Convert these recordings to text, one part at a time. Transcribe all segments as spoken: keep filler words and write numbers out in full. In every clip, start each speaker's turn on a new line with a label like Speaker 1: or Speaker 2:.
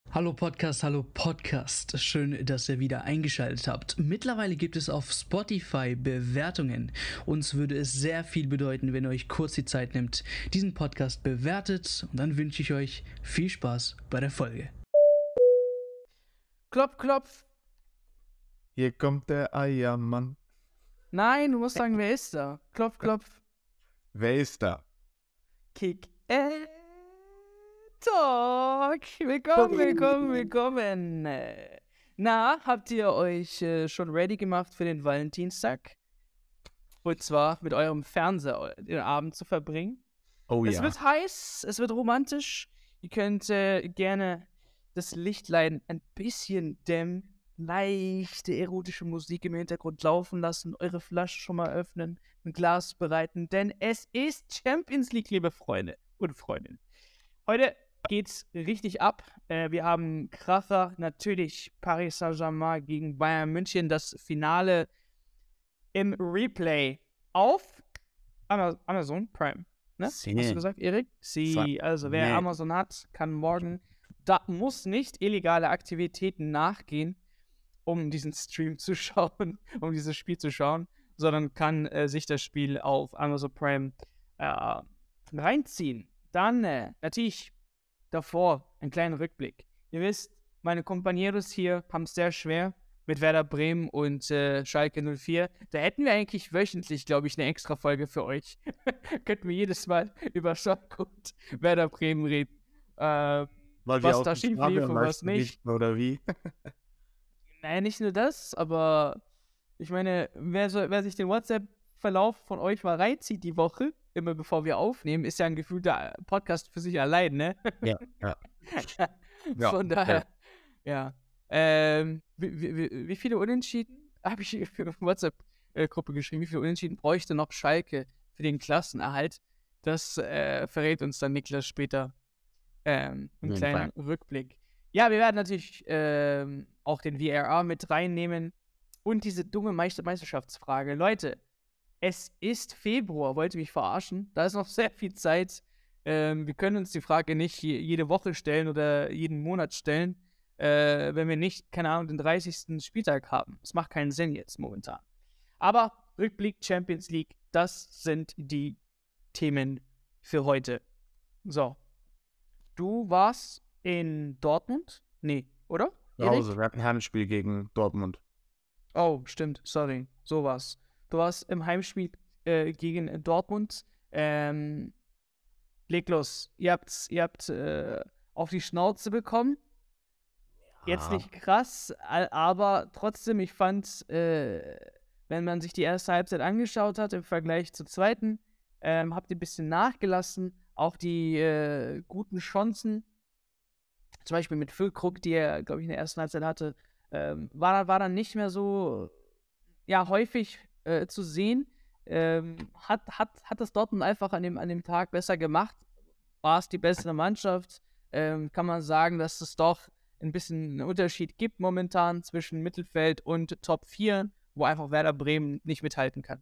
Speaker 1: Hallo Podcast, hallo Podcast. Schön, dass ihr wieder eingeschaltet habt. Mittlerweile gibt es auf Spotify Bewertungen. Uns würde es sehr viel bedeuten, wenn ihr euch kurz die Zeit nimmt, diesen Podcast bewertet. Und dann wünsche ich euch viel Spaß bei der Folge.
Speaker 2: Klopf, klopf.
Speaker 3: Hier kommt der Eiermann.
Speaker 2: Nein, du musst sagen, wer ist da? Klopf, klopf.
Speaker 3: Wer ist da?
Speaker 2: Kick äh, Talk. Willkommen, willkommen, willkommen. Äh, Na, habt ihr euch äh, schon ready gemacht für den Valentinstag? Und zwar mit eurem Fernseher den Abend zu verbringen.
Speaker 3: Oh
Speaker 2: Es
Speaker 3: ja.
Speaker 2: wird heiß, es wird romantisch. Ihr könnt äh, gerne das Lichtlein ein bisschen dämmen, leichte erotische Musik im Hintergrund laufen lassen, eure Flasche schon mal öffnen, ein Glas bereiten, denn es ist Champions League, liebe Freunde und Freundinnen. Heute geht's richtig ab. Äh, wir haben Kracher, natürlich Paris Saint-Germain gegen Bayern München, das Finale im Replay auf Ama- Amazon Prime. Ne?
Speaker 3: Sie.
Speaker 2: Hast du gesagt, Erik? Sie, also wer
Speaker 3: Nee.
Speaker 2: Amazon hat, kann morgen, da muss nicht illegale Aktivitäten nachgehen, um diesen Stream zu schauen, um dieses Spiel zu schauen, sondern kann äh, sich das Spiel auf Amazon Prime äh, reinziehen. Dann äh, natürlich davor einen kleinen Rückblick. Ihr wisst, meine Compañeros hier haben es sehr schwer mit Werder Bremen und äh, Schalke null vier. Da hätten wir eigentlich wöchentlich, glaube ich, eine extra Folge für euch. Könnten wir jedes Mal über Schalke und Werder Bremen reden. Äh,
Speaker 3: Weil
Speaker 2: was
Speaker 3: aus
Speaker 2: da
Speaker 3: dem
Speaker 2: schief
Speaker 3: Stadion
Speaker 2: lief und was
Speaker 3: leisten
Speaker 2: nicht.
Speaker 3: richten, oder wie?
Speaker 2: Naja, nicht nur das, aber ich meine, wer, so, wer sich den WhatsApp-Verlauf von euch mal reinzieht die Woche, immer bevor wir aufnehmen, ist ja ein gefühlter Podcast für sich allein, ne?
Speaker 3: Ja, ja. Ja,
Speaker 2: Von daher, ja. Ähm, wie, wie, wie viele Unentschieden habe ich für eine WhatsApp-Gruppe geschrieben? Wie viele Unentschieden bräuchte noch Schalke für den Klassenerhalt? Das äh, verrät uns dann Niklas später. Ähm, ein
Speaker 3: Jeden
Speaker 2: kleiner Rückblick. Ja, wir werden natürlich ähm, auch den V R A mit reinnehmen und diese dumme Meister Meisterschaftsfrage. Leute, es ist Februar, wollt ihr mich verarschen? Da ist noch sehr viel Zeit. Ähm, wir können uns die Frage nicht je, jede Woche stellen oder jeden Monat stellen, äh, wenn wir nicht, keine Ahnung, den dreißigsten Spieltag haben. Das macht keinen Sinn jetzt momentan. Aber Rückblick Champions League, das sind die Themen für heute. So. Du warst in Dortmund? Nee, oder?
Speaker 3: Zu Hause. Wir hatten ein Heimspiel gegen Dortmund.
Speaker 2: Oh, stimmt, sorry. So war's. Du warst im Heimspiel äh, gegen Dortmund. Ähm, leg los. Ihr habt, ihr habt äh, auf die Schnauze bekommen. Jetzt nicht krass, a- aber trotzdem, ich fand, äh, wenn man sich die erste Halbzeit angeschaut hat im Vergleich zur zweiten, ähm, habt ihr ein bisschen nachgelassen. Auch die äh, guten Chancen, zum Beispiel mit Füllkrug, die er, glaube ich, in der ersten Halbzeit hatte, ähm, war, war dann nicht mehr so ja, häufig äh, zu sehen. Ähm, hat, hat, hat das Dortmund einfach an dem, an dem Tag besser gemacht? War es die bessere Mannschaft? Ähm, kann man sagen, dass es doch ein bisschen einen Unterschied gibt momentan zwischen Mittelfeld und Top vier, wo einfach Werder Bremen nicht mithalten kann?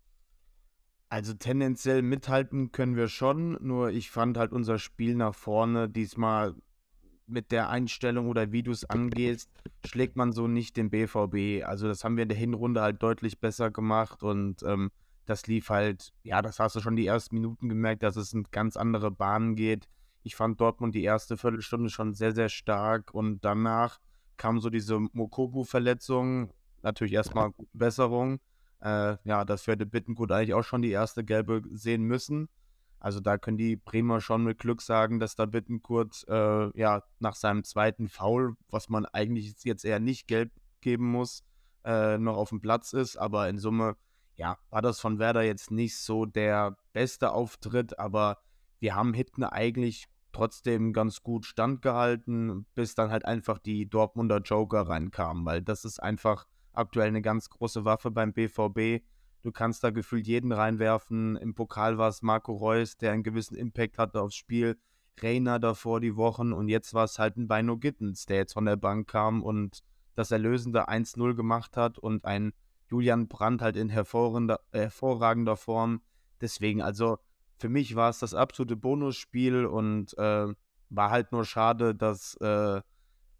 Speaker 3: Also tendenziell mithalten können wir schon, nur ich fand halt unser Spiel nach vorne diesmal mit der Einstellung oder wie du es angehst, schlägt man so nicht den B V B. Also das haben wir in der Hinrunde halt deutlich besser gemacht und ähm, das lief halt, ja, das hast du schon die ersten Minuten gemerkt, dass es in ganz andere Bahnen geht. Ich fand Dortmund die erste Viertelstunde schon sehr, sehr stark und danach kam so diese Mokobu-Verletzung, natürlich erstmal gute Besserung. Äh, ja, dafür hätte Bittencourt eigentlich auch schon die erste gelbe sehen müssen. Also da können die Bremer schon mit Glück sagen, dass da Bittencourt äh, ja, nach seinem zweiten Foul, was man eigentlich jetzt eher nicht gelb geben muss, äh, noch auf dem Platz ist. Aber in Summe, ja, war das von Werder jetzt nicht so der beste Auftritt, aber wir haben hinten eigentlich trotzdem ganz gut standgehalten, bis dann halt einfach die Dortmunder Joker reinkamen, weil das ist einfach aktuell eine ganz große Waffe beim B V B. Du kannst da gefühlt jeden reinwerfen. Im Pokal war es Marco Reus, der einen gewissen Impact hatte aufs Spiel. Reina davor die Wochen und jetzt war es halt ein Beino Gittens, der jetzt von der Bank kam und das erlösende eins null gemacht hat und ein Julian Brandt halt in hervorragender, hervorragender Form. Deswegen, also für mich war es das absolute Bonusspiel und äh, war halt nur schade, dass äh,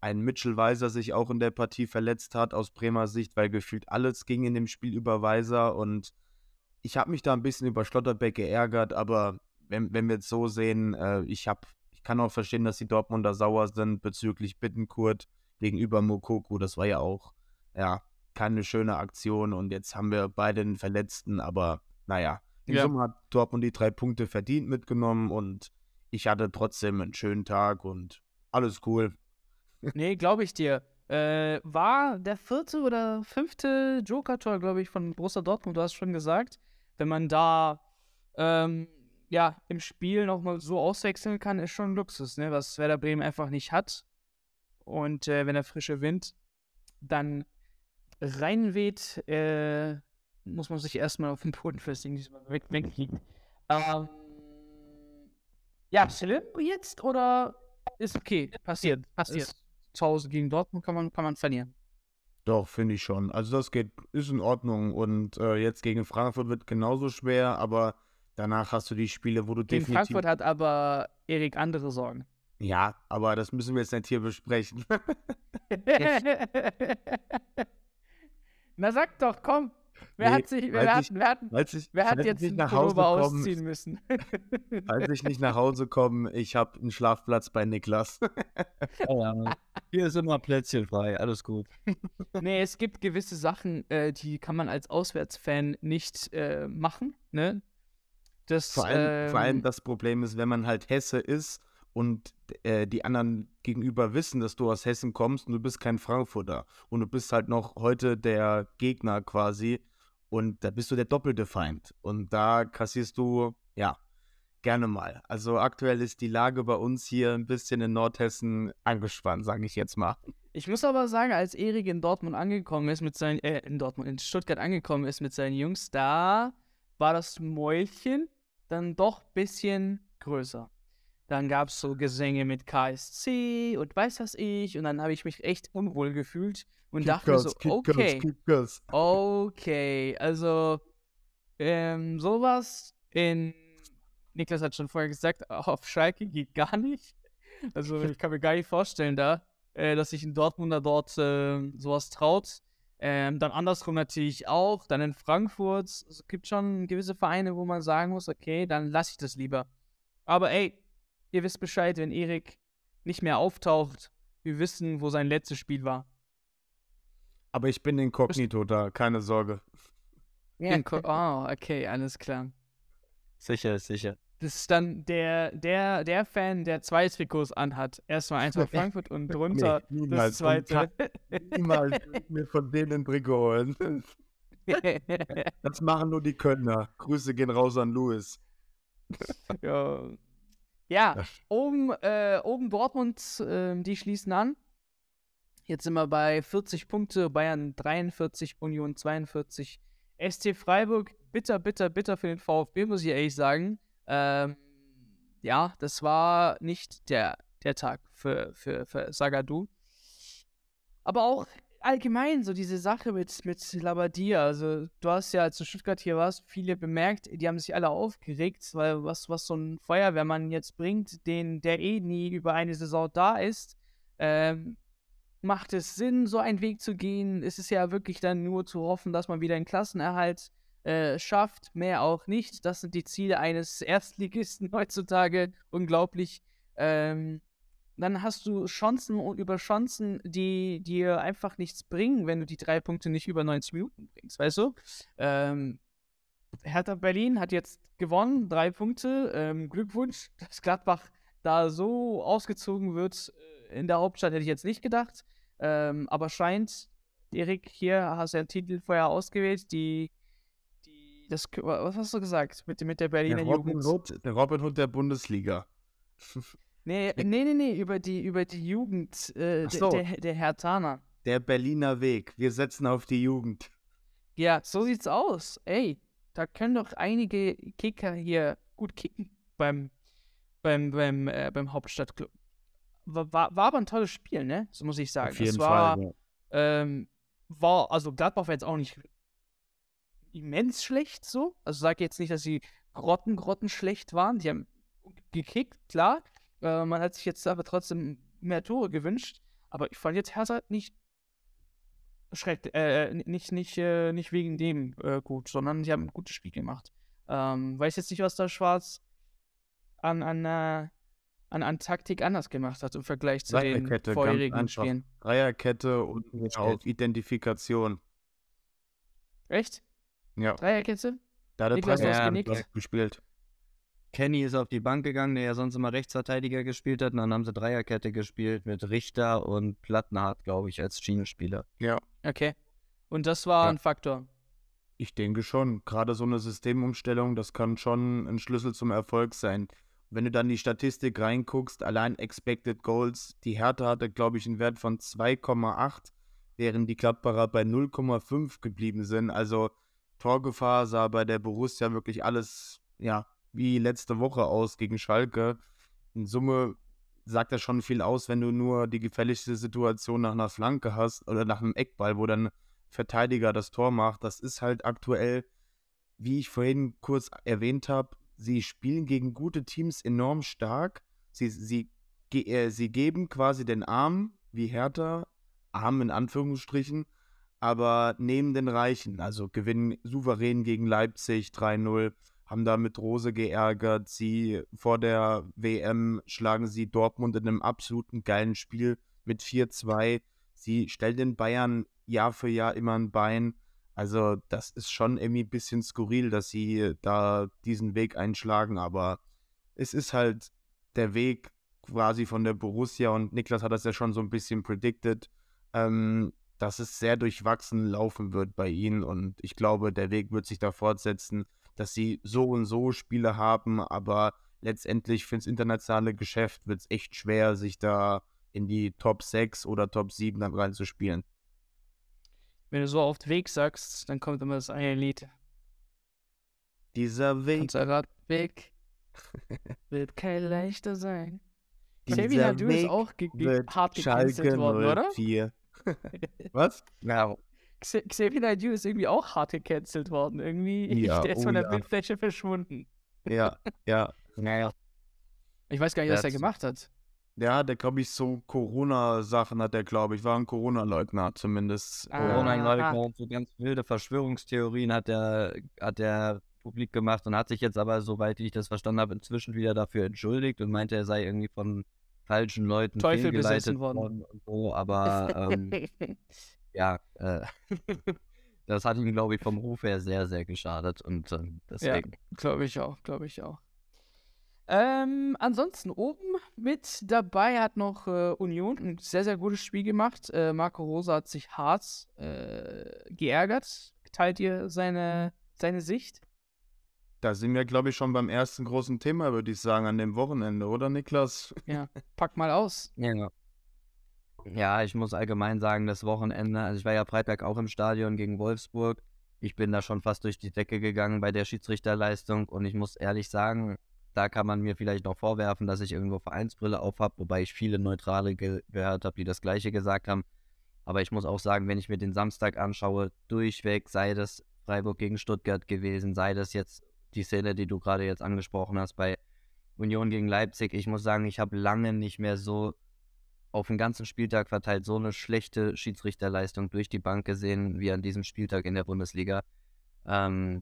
Speaker 3: ein Mitchell Weiser sich auch in der Partie verletzt hat aus Bremer Sicht, weil gefühlt alles ging in dem Spiel über Weiser und ich habe mich da ein bisschen über Schlotterbeck geärgert, aber wenn, wenn wir jetzt so sehen, äh, ich, hab, ich kann auch verstehen, dass die Dortmunder sauer sind bezüglich Bittencourt gegenüber Moukoko. Das war ja auch, ja, keine schöne Aktion und jetzt haben wir beide den Verletzten, aber naja, in
Speaker 2: Ja.
Speaker 3: Summe hat Dortmund die drei Punkte verdient mitgenommen und ich hatte trotzdem einen schönen Tag und alles cool.
Speaker 2: Nee, glaube ich dir. Äh, war der vierte oder fünfte Joker-Tor, glaube ich, von Borussia Dortmund, du hast schon gesagt. Wenn man da ähm, ja, im Spiel nochmal so auswechseln kann, ist schon ein Luxus, ne? Was Werder Bremen einfach nicht hat. Und äh, wenn der frische Wind dann reinweht, äh, muss man sich erstmal auf den Boden festigen, diesmal weg, wegfliegen. Ähm, ja, schlimm jetzt oder ist okay? Passiert, passiert. Ist zu Hause gegen Dortmund kann man, kann man verlieren.
Speaker 3: Doch, finde ich schon. Also das geht, ist in Ordnung und äh, jetzt gegen Frankfurt wird genauso schwer, aber danach hast du die Spiele, wo du
Speaker 2: Gegen
Speaker 3: definitiv...
Speaker 2: Frankfurt hat aber Erik andere Sorgen.
Speaker 3: Ja, aber das müssen wir jetzt nicht hier besprechen.
Speaker 2: Na sag doch, komm. Wer
Speaker 3: Nee,
Speaker 2: hat sich, wer,
Speaker 3: falls
Speaker 2: hat,
Speaker 3: ich-
Speaker 2: wer hat,
Speaker 3: Falls ich,
Speaker 2: wer hat
Speaker 3: falls
Speaker 2: jetzt
Speaker 3: ich
Speaker 2: den
Speaker 3: nicht nach Hause
Speaker 2: Pullover
Speaker 3: komme,
Speaker 2: ausziehen müssen?
Speaker 3: falls ich nicht nach Hause komme, ich habe einen Schlafplatz bei Niklas.
Speaker 4: Ja, ja. Hier ist immer Plätzchen frei, alles gut.
Speaker 2: Nee, es gibt gewisse Sachen, äh, die kann man als Auswärtsfan nicht äh, machen, ne? Das,
Speaker 3: Vor allem, vor allem
Speaker 2: ähm,
Speaker 3: das Problem ist, wenn man halt Hesse ist und äh, die anderen gegenüber wissen, dass du aus Hessen kommst und du bist kein Frankfurter und du bist halt noch heute der Gegner quasi und da bist du der doppelte Feind und da kassierst du, ja, gerne mal. Also aktuell ist die Lage bei uns hier ein bisschen in Nordhessen angespannt, sage ich jetzt mal.
Speaker 2: Ich muss aber sagen, als Erik in Dortmund angekommen ist mit seinen, äh, in Dortmund, in Stuttgart angekommen ist mit seinen Jungs, da war das Mäulchen dann doch ein bisschen größer. Dann gab es so Gesänge mit K S C und weiß was ich und dann habe ich mich echt unwohl gefühlt und dachte mir so, okay,
Speaker 3: Kickers.
Speaker 2: okay, also ähm, sowas in, Niklas hat schon vorher gesagt, auf Schalke geht gar nicht. Also ich kann mir gar nicht vorstellen da, äh, dass sich ein Dortmunder dort äh, sowas traut. Ähm, dann andersrum natürlich auch, dann in Frankfurt. Es gibt schon gewisse Vereine, wo man sagen muss, okay, dann lasse ich das lieber. Aber ey, ihr wisst Bescheid, wenn Erik nicht mehr auftaucht, wir wissen, wo sein letztes Spiel war.
Speaker 3: Aber ich bin inkognito da, keine Sorge.
Speaker 2: Ja. Oh, okay, alles klar.
Speaker 4: Sicher, sicher.
Speaker 2: Das ist dann der, der, der Fan, der zwei Trikots anhat. Erstmal eins von Frankfurt und drunter
Speaker 3: Nee,
Speaker 2: das
Speaker 3: niemals.
Speaker 2: zweite.
Speaker 3: Niemals will ich mir von denen ein Trikot holen. Das machen nur die Kölner. Grüße gehen raus an Louis.
Speaker 2: ja. ja, oben, äh, oben Dortmund, äh, die schließen an. Jetzt sind wir bei vierzig Punkte, Bayern dreiundvierzig, Union zweiundvierzig. S C Freiburg, bitter, bitter, bitter für den VfB, muss ich ehrlich sagen. Ähm, ja, das war nicht der, der Tag für, für, für Zagadou. Aber auch allgemein so diese Sache mit, mit Labbadia. Also, du hast ja, als du Stuttgart hier warst, viele bemerkt, die haben sich alle aufgeregt, weil was, was so ein Feuerwehrmann jetzt bringt, den, der eh nie über eine Saison da ist, ähm, macht es Sinn, so einen Weg zu gehen? Ist es ja wirklich dann nur zu hoffen, dass man wieder einen Klassenerhalt äh, schafft, mehr auch nicht. Das sind die Ziele eines Erstligisten heutzutage. Unglaublich. Ähm, dann hast du Chancen und über Chancen, die dir einfach nichts bringen, wenn du die drei Punkte nicht über neunzig Minuten bringst, weißt du? Ähm, Hertha Berlin hat jetzt gewonnen, drei Punkte. Ähm, Glückwunsch, dass Gladbach da so ausgezogen wird. In der Hauptstadt hätte ich jetzt nicht gedacht. Ähm, aber scheint, Erik, hier hast du ja den Titel vorher ausgewählt, die, die, das, was hast du gesagt, mit, mit der Berliner
Speaker 3: Der Robin
Speaker 2: Jugend?
Speaker 3: Hood, der Robin Hood der Bundesliga.
Speaker 2: Nee, nee, nee, nee, über die, über die Jugend äh,
Speaker 3: Ach so.
Speaker 2: der, der, der Herthaner.
Speaker 3: Der Berliner Weg. Wir setzen auf die Jugend.
Speaker 2: Ja, so sieht's aus. Ey, da können doch einige Kicker hier gut kicken beim, beim, beim, äh, beim Hauptstadtclub. War, war, war aber ein tolles Spiel, ne? So muss ich sagen.
Speaker 3: Auf jeden
Speaker 2: es war,
Speaker 3: Fall. Ja.
Speaker 2: ähm, war, also Gladbach war jetzt auch nicht immens schlecht so. Also sag jetzt nicht, dass sie grotten, grotten schlecht waren. Die haben gekickt, klar. Äh, man hat sich jetzt aber trotzdem mehr Tore gewünscht. Aber ich fand jetzt Hertha nicht schrecklich, äh, nicht, nicht, äh, nicht wegen dem äh, gut, sondern sie haben ein gutes Spiel gemacht. Ähm, weiß jetzt nicht, was da Schwarz an, an, äh, an, an Taktik anders gemacht hat im Vergleich zu den
Speaker 3: Dreierkette, ganz
Speaker 2: vorherigen
Speaker 3: einfach.
Speaker 2: Spielen.
Speaker 3: Dreierkette und auf Identifikation.
Speaker 2: Echt?
Speaker 3: Ja,
Speaker 2: Dreierkette?
Speaker 3: da hat er
Speaker 2: Niklas, du hast
Speaker 3: Dreierkette
Speaker 2: genickt.
Speaker 3: gespielt.
Speaker 4: Kenny ist auf die Bank gegangen, der ja sonst immer Rechtsverteidiger gespielt hat. Und dann haben sie Dreierkette gespielt mit Richter und Plattenhardt, glaube ich, als Schienenspieler.
Speaker 3: Ja,
Speaker 2: Okay. Und das war
Speaker 3: Ja.
Speaker 2: ein Faktor.
Speaker 3: ich denke schon. Gerade so eine Systemumstellung, das kann schon ein Schlüssel zum Erfolg sein. Wenn du dann die Statistik reinguckst, allein Expected Goals, die Hertha hatte, glaube ich, einen Wert von zwei Komma acht, während die Gladbacher bei null Komma fünf geblieben sind. Also Torgefahr sah bei der Borussia wirklich alles, ja, wie letzte Woche aus gegen Schalke. In Summe sagt das schon viel aus, wenn du nur die gefährlichste Situation nach einer Flanke hast oder nach einem Eckball, wo dann Verteidiger das Tor macht. Das ist halt aktuell, wie ich vorhin kurz erwähnt habe, sie spielen gegen gute Teams enorm stark. Sie, sie, ge- äh, sie geben quasi den Arm, wie Hertha, Arm in Anführungsstrichen, aber nehmen den Reichen. Also gewinnen souverän gegen Leipzig drei null, haben da mit Rose geärgert. Sie vor der W M schlagen sie Dortmund in einem absoluten geilen Spiel mit vier zwei. Sie stellen den Bayern Jahr für Jahr immer ein Bein. Also das ist schon irgendwie ein bisschen skurril, dass sie da diesen Weg einschlagen, aber es ist halt der Weg quasi von der Borussia und Niklas hat das ja schon so ein bisschen predicted, ähm, dass es sehr durchwachsen laufen wird bei ihnen und ich glaube, der Weg wird sich da fortsetzen, dass sie so und so Spiele haben, aber letztendlich für das internationale Geschäft wird es echt schwer, sich da in die Top sechs oder Top sieben dann reinzuspielen.
Speaker 2: Wenn du so oft Weg sagst, dann kommt immer das eine Lied.
Speaker 3: Dieser Weg,
Speaker 2: Unser Radweg wird kein leichter sein. Xavier
Speaker 3: dieser
Speaker 2: Nadu ist
Speaker 3: Weg
Speaker 2: auch ge ge
Speaker 3: wird
Speaker 2: hart gecancelt
Speaker 3: Schalke
Speaker 2: worden, oder?
Speaker 3: null vier. Was?
Speaker 4: Ja,
Speaker 2: X Xavier Nadu ist irgendwie auch hart gecancelt worden. Irgendwie,
Speaker 3: Ja,
Speaker 2: der ist
Speaker 3: oh
Speaker 2: von der
Speaker 3: ja.
Speaker 2: Bildfläche verschwunden.
Speaker 3: Ja, ja.
Speaker 4: naja.
Speaker 2: Ich weiß gar nicht, was er
Speaker 4: Das-
Speaker 2: gemacht hat.
Speaker 3: Ja, der glaube ich so Corona-Sachen hat der, glaube ich, war ein Corona-Leugner zumindest.
Speaker 2: Ah.
Speaker 4: Corona-Leugner und so ganz wilde Verschwörungstheorien hat der, hat der publik gemacht und hat sich jetzt aber, soweit ich das verstanden habe, inzwischen wieder dafür entschuldigt und meinte, er sei irgendwie von falschen Leuten
Speaker 2: Teufel besessen
Speaker 4: fehlgeleitet
Speaker 2: worden.
Speaker 4: und so, aber ähm, ja, äh, das hat ihm, glaube ich, vom Ruf her sehr, sehr geschadet und ähm, deswegen.
Speaker 2: Glaube ich auch, glaube ich auch. Ähm, ansonsten oben mit dabei hat noch äh, Union ein sehr, sehr gutes Spiel gemacht. Äh, Marco Rose hat sich hart äh, geärgert. Teilt ihr seine, seine Sicht?
Speaker 3: Da sind wir, glaube ich, schon beim ersten großen Thema, würde ich sagen, an dem Wochenende, oder Niklas?
Speaker 2: Ja, pack mal aus.
Speaker 4: Ja. Ja, ich muss allgemein sagen, das Wochenende, also ich war ja Freitag auch im Stadion gegen Wolfsburg. Ich bin da schon fast durch die Decke gegangen bei der Schiedsrichterleistung und ich muss ehrlich sagen, da kann man mir vielleicht noch vorwerfen, dass ich irgendwo Vereinsbrille auf habe, wobei ich viele Neutrale ge gehört habe, die das Gleiche gesagt haben. Aber ich muss auch sagen, wenn ich mir den Samstag anschaue, durchweg, sei das Freiburg gegen Stuttgart gewesen, sei das jetzt die Szene, die du gerade jetzt angesprochen hast bei Union gegen Leipzig. Ich muss sagen, ich habe lange nicht mehr so auf den ganzen Spieltag verteilt so eine schlechte Schiedsrichterleistung durch die Bank gesehen, wie an diesem Spieltag in der Bundesliga. Ähm,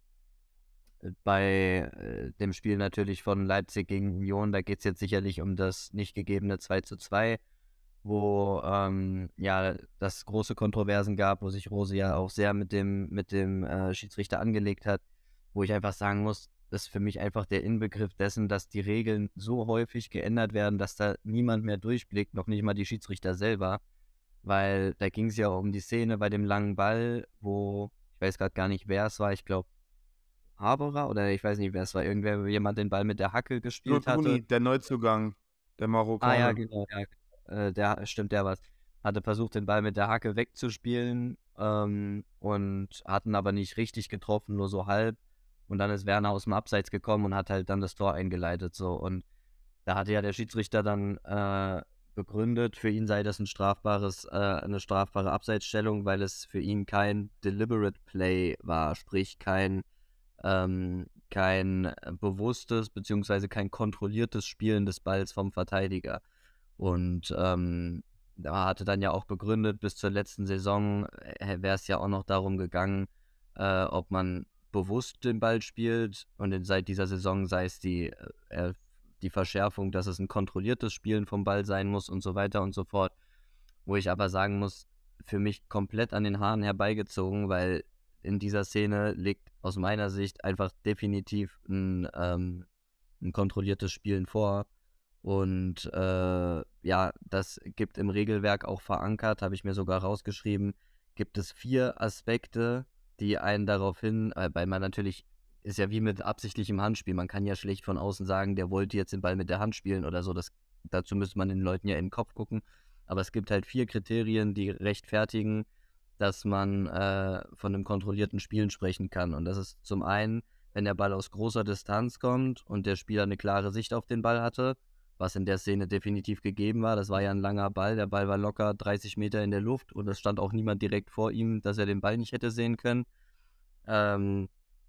Speaker 4: bei äh, dem Spiel natürlich von Leipzig gegen Union, da geht es jetzt sicherlich um das nicht gegebene zwei zu zwei, wo ähm, ja das große Kontroversen gab, wo sich Rose ja auch sehr mit dem, mit dem äh, Schiedsrichter angelegt hat, wo ich einfach sagen muss, das ist für mich einfach der Inbegriff dessen, dass die Regeln so häufig geändert werden, dass da niemand mehr durchblickt, noch nicht mal die Schiedsrichter selber, weil da ging es ja um die Szene bei dem langen Ball, wo, ich weiß gerade gar nicht, wer es war, ich glaube Haberer oder ich weiß nicht, wer es war, irgendwer, wo jemand den Ball mit der Hacke gespielt hatte.
Speaker 3: Lutuni, der Neuzugang, der Marokkaner.
Speaker 4: Ah ja, genau, ja. Äh, der, stimmt, der war's. Hatte versucht, den Ball mit der Hacke wegzuspielen ähm, und hatten aber nicht richtig getroffen, nur so halb. Und dann ist Werner aus dem Abseits gekommen und hat halt dann das Tor eingeleitet. So. Und da hatte ja der Schiedsrichter dann äh, begründet, für ihn sei das ein strafbares, äh, eine strafbare Abseitsstellung, weil es für ihn kein deliberate Play war, sprich kein, ähm, kein bewusstes beziehungsweise kein kontrolliertes Spielen des Balls vom Verteidiger. Und ähm, da hatte dann ja auch begründet, bis zur letzten Saison wäre es ja auch noch darum gegangen, äh, ob man bewusst den Ball spielt und in, seit dieser Saison sei es die, äh, die Verschärfung, dass es ein kontrolliertes Spielen vom Ball sein muss und so weiter und so fort. Wo ich aber sagen muss, für mich komplett an den Haaren herbeigezogen, weil in dieser Szene liegt aus meiner Sicht einfach definitiv ein, ähm, ein kontrolliertes Spielen vor. Und äh, ja, das gibt im Regelwerk auch verankert, habe ich mir sogar rausgeschrieben, gibt es vier Aspekte, die einen darauf hin, äh, weil man natürlich, ist ja wie mit absichtlichem Handspiel, man kann ja schlecht von außen sagen, der wollte jetzt den Ball mit der Hand spielen oder so, das, dazu müsste man den Leuten ja in den Kopf gucken. Aber es gibt halt vier Kriterien, die rechtfertigen, dass man äh, von einem kontrollierten Spielen sprechen kann. Und das ist zum einen, wenn der Ball aus großer Distanz kommt und der Spieler eine klare Sicht auf den Ball hatte, was in der Szene definitiv gegeben war. Das war ja ein langer Ball, der Ball war locker dreißig Meter in der Luft und es stand auch niemand direkt vor ihm, dass er den Ball nicht hätte sehen können. Ähm,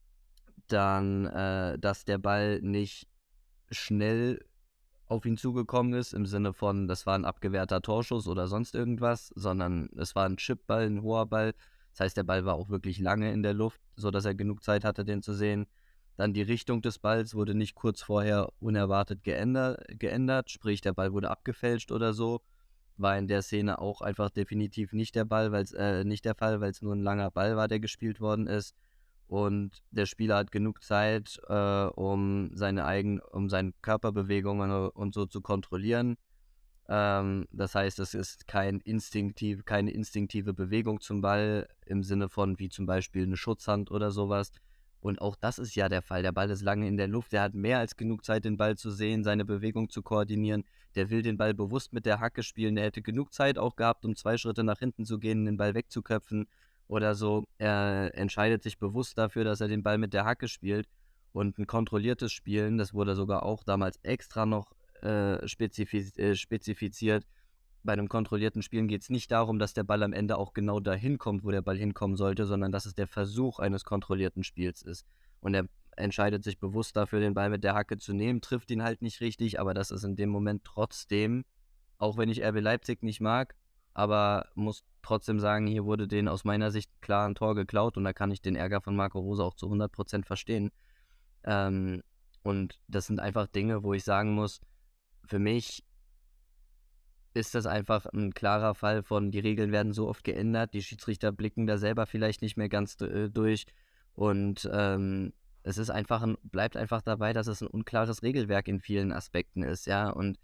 Speaker 4: dann, äh, dass der Ball nicht schnell auf ihn zugekommen ist, im Sinne von, das war ein abgewehrter Torschuss oder sonst irgendwas, sondern es war ein Chipball, ein hoher Ball. Das heißt, der Ball war auch wirklich lange in der Luft, sodass er genug Zeit hatte, den zu sehen. Dann die Richtung des Balls wurde nicht kurz vorher unerwartet geändert, geändert, sprich der Ball wurde abgefälscht oder so. War in der Szene auch einfach definitiv nicht der Ball, weil's, äh, nicht der Fall, weil es nur ein langer Ball war, der gespielt worden ist. Und der Spieler hat genug Zeit, äh, um seine eigenen, um seine Körperbewegungen und so zu kontrollieren. Ähm, das heißt, es ist kein instinktiv, keine instinktive Bewegung zum Ball im Sinne von wie zum Beispiel eine Schutzhand oder sowas. Und auch das ist ja der Fall. Der Ball ist lange in der Luft. Der hat mehr als genug Zeit, den Ball zu sehen, seine Bewegung zu koordinieren. Der will den Ball bewusst mit der Hacke spielen. Der hätte genug Zeit auch gehabt, um zwei Schritte nach hinten zu gehen, den Ball wegzuköpfen oder so. Er entscheidet sich bewusst dafür, dass er den Ball mit der Hacke spielt. Und ein kontrolliertes Spielen, das wurde sogar auch damals extra noch äh, spezifiz äh, spezifiziert. Bei einem kontrollierten Spielen geht es nicht darum, dass der Ball am Ende auch genau dahin kommt, wo der Ball hinkommen sollte, sondern dass es der Versuch eines kontrollierten Spiels ist. Und er entscheidet sich bewusst dafür, den Ball mit der Hacke zu nehmen, trifft ihn halt nicht richtig, aber das ist in dem Moment trotzdem, auch wenn ich R B Leipzig nicht mag, aber muss trotzdem sagen, hier wurde denen aus meiner Sicht klar ein Tor geklaut und da kann ich den Ärger von Marco Rose auch zu hundert Prozent verstehen. Ähm, und das sind einfach Dinge, wo ich sagen muss, für mich ist das einfach ein klarer Fall von, die Regeln werden so oft geändert, die Schiedsrichter blicken da selber vielleicht nicht mehr ganz äh, durch und ähm, es ist einfach ein, bleibt einfach dabei, dass es ein unklares Regelwerk in vielen Aspekten ist, ja, und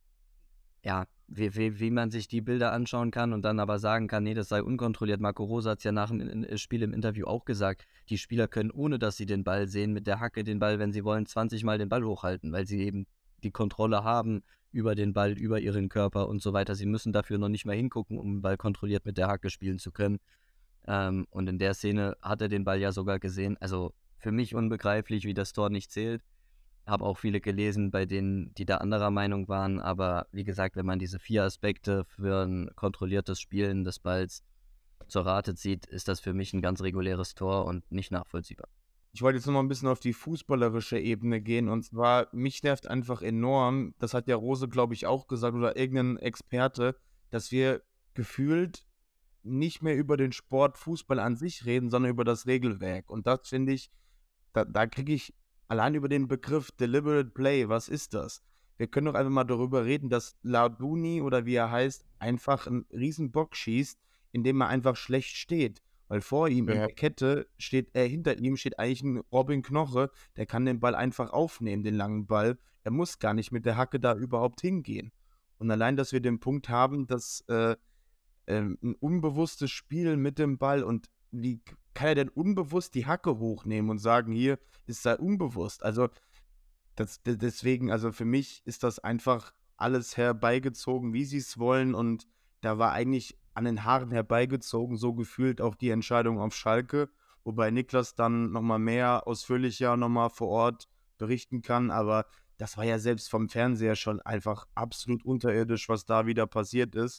Speaker 4: ja, wie, wie, wie man sich die Bilder anschauen kann und dann aber sagen kann, nee, das sei unkontrolliert. Marco Rose hat es ja nach dem in, in, Spiel im Interview auch gesagt, die Spieler können, ohne dass sie den Ball sehen, mit der Hacke den Ball, wenn sie wollen, zwanzig Mal den Ball hochhalten, weil sie eben die Kontrolle haben über den Ball, über ihren Körper und so weiter. Sie müssen dafür noch nicht mal hingucken, um den Ball kontrolliert mit der Hacke spielen zu können. Ähm, und in der Szene hat er den Ball ja sogar gesehen. Also für mich unbegreiflich, wie das Tor nicht zählt. Habe auch viele gelesen, bei denen, die da anderer Meinung waren. Aber wie gesagt, wenn man diese vier Aspekte für ein kontrolliertes Spielen des Balls zur Rate zieht, ist das für mich ein ganz reguläres Tor und nicht nachvollziehbar.
Speaker 3: Ich wollte jetzt noch mal ein bisschen auf die fußballerische Ebene gehen. Und zwar, mich nervt einfach enorm, das hat ja Rose, glaube ich, auch gesagt, oder irgendein Experte, dass wir gefühlt nicht mehr über den Sport Fußball an sich reden, sondern über das Regelwerk. Und das finde ich, da, da kriege ich allein über den Begriff Deliberate Play, was ist das? Wir können doch einfach mal darüber reden, dass Laduni oder wie er heißt, einfach einen riesen Bock schießt, indem er einfach schlecht steht. Weil vor ihm in
Speaker 5: Ja.
Speaker 3: der Kette steht, äh, hinter ihm steht eigentlich ein Robin Knoche, der kann den Ball einfach aufnehmen, den langen Ball. Er muss gar nicht mit der Hacke da überhaupt hingehen. Und allein, dass wir den Punkt haben, dass äh, ähm, ein unbewusstes Spiel mit dem Ball und wie kann er denn unbewusst die Hacke hochnehmen und sagen, hier ist er unbewusst? Also das, de- deswegen, also für mich ist das einfach alles herbeigezogen, wie sie es wollen und da war eigentlich an den Haaren herbeigezogen, so gefühlt auch die Entscheidung auf Schalke, wobei Niklas dann nochmal mehr ausführlicher nochmal vor Ort berichten kann, aber das war ja selbst vom Fernseher schon einfach absolut unterirdisch, was da wieder passiert ist,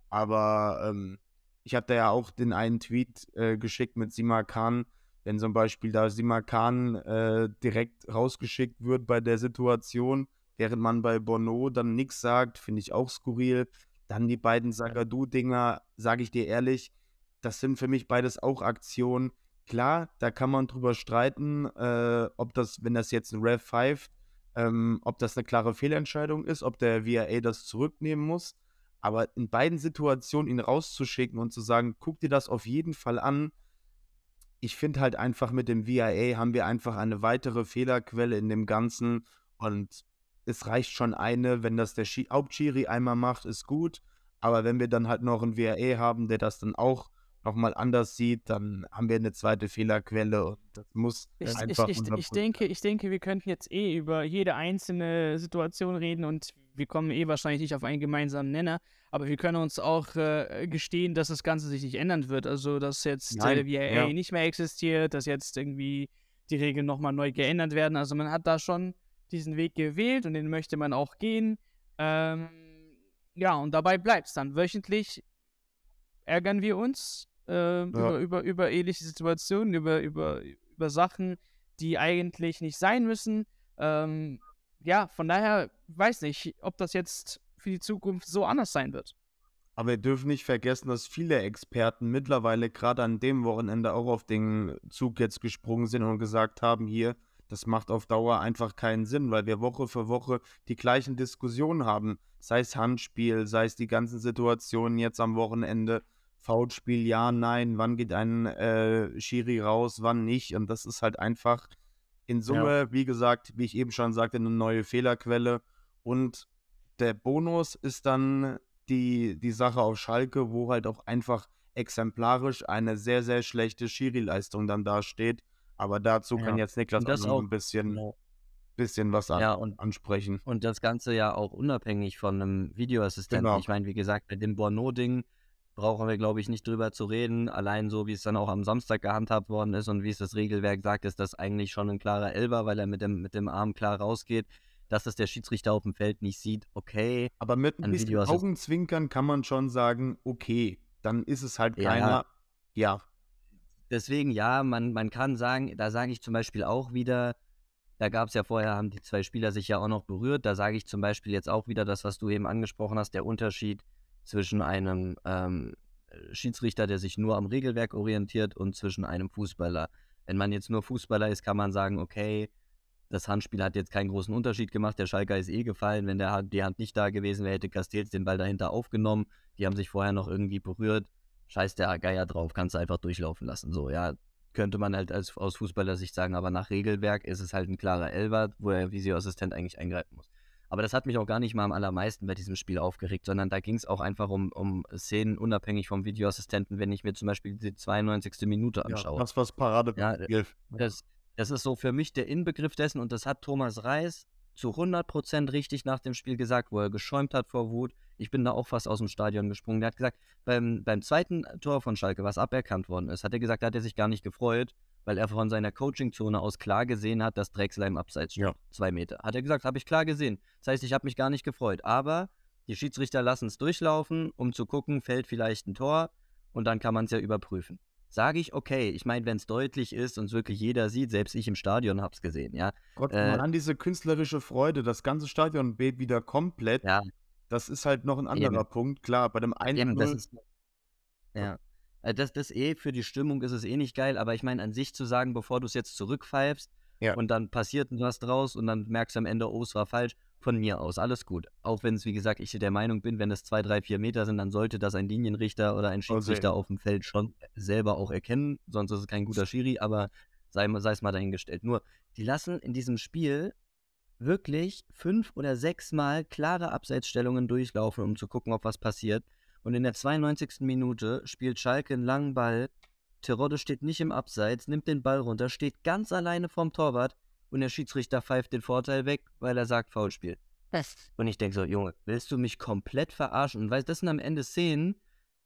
Speaker 3: aber ähm, ich habe da ja auch den einen Tweet äh, geschickt mit Sima Khan, wenn zum Beispiel da Sima Khan äh, direkt rausgeschickt wird bei der Situation, während man bei Bono dann nichts sagt, finde ich auch skurril. Dann die beiden Zagadou-Dinger, sage ich dir ehrlich, das sind für mich beides auch Aktionen. Klar, da kann man drüber streiten, äh, ob das, wenn das jetzt ein Ref pfeift, ähm, ob das eine klare Fehlentscheidung ist, ob der V A R das zurücknehmen muss. Aber in beiden Situationen ihn rauszuschicken und zu sagen, guck dir das auf jeden Fall an. Ich finde halt einfach, mit dem V A R haben wir einfach eine weitere Fehlerquelle in dem Ganzen. Und es reicht schon eine, wenn das der Schi- Hauptschiri einmal macht, ist gut. Aber wenn wir dann halt noch einen V A R haben, der das dann auch nochmal anders sieht, dann haben wir eine zweite Fehlerquelle und das muss
Speaker 2: Ich, ich,
Speaker 3: einfach
Speaker 2: ich,
Speaker 3: unser
Speaker 2: ich,
Speaker 3: Prüf-
Speaker 2: denke, ich denke, wir könnten jetzt eh über jede einzelne Situation reden und wir kommen eh wahrscheinlich nicht auf einen gemeinsamen Nenner, aber wir können uns auch äh, gestehen, dass das Ganze sich nicht ändern wird. Also, dass jetzt
Speaker 3: Nein,
Speaker 2: äh, V A R
Speaker 3: ja.
Speaker 2: nicht mehr existiert, dass jetzt irgendwie die Regeln nochmal neu geändert werden. Also, man hat da schon diesen Weg gewählt und den möchte man auch gehen. Ähm, ja, und dabei bleibt es dann. Wöchentlich ärgern wir uns äh, über, über, über ähnliche Situationen, über, über, über Sachen, die eigentlich nicht sein müssen. Ähm, ja, von daher weiß nicht, ob das jetzt für die Zukunft so anders sein wird.
Speaker 3: Aber wir dürfen nicht vergessen, dass viele Experten mittlerweile gerade an dem Wochenende auch auf den Zug jetzt gesprungen sind und gesagt haben, hier, das macht auf Dauer einfach keinen Sinn, weil wir Woche für Woche die gleichen Diskussionen haben. Sei es Handspiel, sei es die ganzen Situationen jetzt am Wochenende. Foulspiel, ja, nein, wann geht ein äh, Schiri raus, wann nicht. Und das ist halt einfach in Summe, wie gesagt, wie ich eben schon sagte, eine neue Fehlerquelle. Und der Bonus ist dann die, die Sache auf Schalke, wo halt auch einfach exemplarisch eine sehr, sehr schlechte Schiri-Leistung dann dasteht. Aber dazu kann
Speaker 4: Ja.
Speaker 3: jetzt Niklas
Speaker 4: Und
Speaker 3: auch
Speaker 4: das
Speaker 3: noch
Speaker 4: auch,
Speaker 3: ein bisschen,
Speaker 4: genau.
Speaker 3: bisschen was an,
Speaker 4: Ja, und,
Speaker 3: ansprechen.
Speaker 4: und das Ganze ja auch unabhängig von einem Videoassistenten.
Speaker 3: Genau.
Speaker 4: Ich meine, wie gesagt, bei dem Bono-Ding brauchen wir, glaube ich, nicht drüber zu reden. Allein so, wie es dann auch am Samstag gehandhabt worden ist und wie es das Regelwerk sagt, ist das eigentlich schon ein klarer Elfer, weil er mit dem, mit dem Arm klar rausgeht. Dass das der Schiedsrichter auf dem Feld nicht sieht, okay.
Speaker 3: Aber mit ein
Speaker 4: Ein
Speaker 3: bisschen
Speaker 4: Videoassist-
Speaker 3: Augenzwinkern kann man schon sagen, okay, dann ist es halt
Speaker 4: Ja.
Speaker 3: keiner. Ja,
Speaker 4: Deswegen, ja, man, man kann sagen, da sage ich zum Beispiel auch wieder, da gab es ja vorher, haben die zwei Spieler sich ja auch noch berührt, da sage ich zum Beispiel jetzt auch wieder das, was du eben angesprochen hast, der Unterschied zwischen einem ähm, Schiedsrichter, der sich nur am Regelwerk orientiert und zwischen einem Fußballer. Wenn man jetzt nur Fußballer ist, kann man sagen, okay, das Handspiel hat jetzt keinen großen Unterschied gemacht, der Schalker ist eh gefallen, wenn der Hand, die Hand nicht da gewesen wäre, hätte Castells den Ball dahinter aufgenommen, die haben sich vorher noch irgendwie berührt, scheiß der Geier drauf, kannst du einfach durchlaufen lassen, so, ja, könnte man halt als, aus Fußballersicht sagen, aber nach Regelwerk ist es halt ein klarer Elfer, wo der Videoassistent eigentlich eingreifen muss. Aber das hat mich auch gar nicht mal am allermeisten bei diesem Spiel aufgeregt, sondern da ging es auch einfach um, um Szenen unabhängig vom Videoassistenten, wenn ich mir zum Beispiel die zweiundneunzigste Minute
Speaker 3: ja
Speaker 4: anschaue.
Speaker 3: das was Parade.
Speaker 4: Ja, Das, das ist so für mich der Inbegriff dessen und das hat Thomas Reis zu hundert Prozent richtig nach dem Spiel gesagt, wo er geschäumt hat vor Wut. Ich bin da auch fast aus dem Stadion gesprungen. Der hat gesagt, beim, beim zweiten Tor von Schalke, was aberkannt worden ist, hat er gesagt, da hat er sich gar nicht gefreut, weil er von seiner Coachingzone aus klar gesehen hat, dass Drexler im Abseits steht.
Speaker 3: Ja.
Speaker 4: Zwei Meter. Hat er gesagt, habe ich klar gesehen. Das heißt, ich habe mich gar nicht gefreut. Aber die Schiedsrichter lassen es durchlaufen, um zu gucken, fällt vielleicht ein Tor und dann kann man es ja überprüfen. Sage ich, okay, ich meine, wenn es deutlich ist und es wirklich jeder sieht, selbst ich im Stadion habe es gesehen, ja.
Speaker 3: Trotzdem
Speaker 4: Äh,
Speaker 3: an diese künstlerische Freude, das ganze Stadion bebt wieder komplett.
Speaker 4: Ja,
Speaker 3: Das ist halt noch ein anderer
Speaker 4: Eben.
Speaker 3: Punkt. Klar, bei dem
Speaker 4: eben, das
Speaker 3: eins null,
Speaker 4: ist, ja. Äh, Das, das eh, für die Stimmung ist es eh nicht geil, aber ich meine, an sich zu sagen, bevor du es jetzt zurückpfeifst
Speaker 3: Ja.
Speaker 4: und dann passiert was draus und dann merkst du am Ende, oh, es war falsch, von mir aus, alles gut. Auch wenn es, wie gesagt, ich der Meinung bin, wenn es zwei, drei, vier Meter sind, dann sollte das ein Linienrichter oder ein
Speaker 3: Soll
Speaker 4: Schiedsrichter
Speaker 3: sehen.
Speaker 4: auf dem Feld schon selber auch erkennen, sonst ist es kein guter Schiri, aber sei sei es mal dahingestellt. Nur, die lassen in diesem Spiel wirklich fünf oder sechs Mal klare Abseitsstellungen durchlaufen, um zu gucken, ob was passiert. Und in der zweiundneunzigsten Minute spielt Schalke einen langen Ball. Terodde steht nicht im Abseits, nimmt den Ball runter, steht ganz alleine vorm Torwart und der Schiedsrichter pfeift den Vorteil weg, weil er sagt Foulspiel. Und ich denke so, Junge, willst du mich komplett verarschen? Und weißt, das sind am Ende Szenen,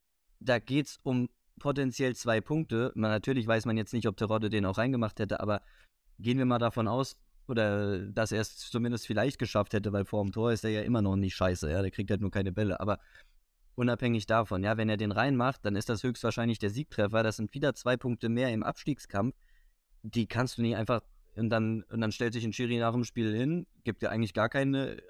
Speaker 4: da geht's um potenziell zwei Punkte. Man, natürlich weiß man jetzt nicht, ob Terodde den auch reingemacht hätte, aber gehen wir mal davon aus, oder dass er es zumindest vielleicht geschafft hätte, weil vor dem Tor ist er ja immer noch nicht scheiße, ja, der kriegt halt nur keine Bälle, aber unabhängig davon, ja, wenn er den reinmacht, dann ist das höchstwahrscheinlich der Siegtreffer, das sind wieder zwei Punkte mehr im Abstiegskampf, die kannst du nicht einfach, und dann, und dann stellt sich ein Schiri nach dem Spiel hin, gibt ja eigentlich gar keine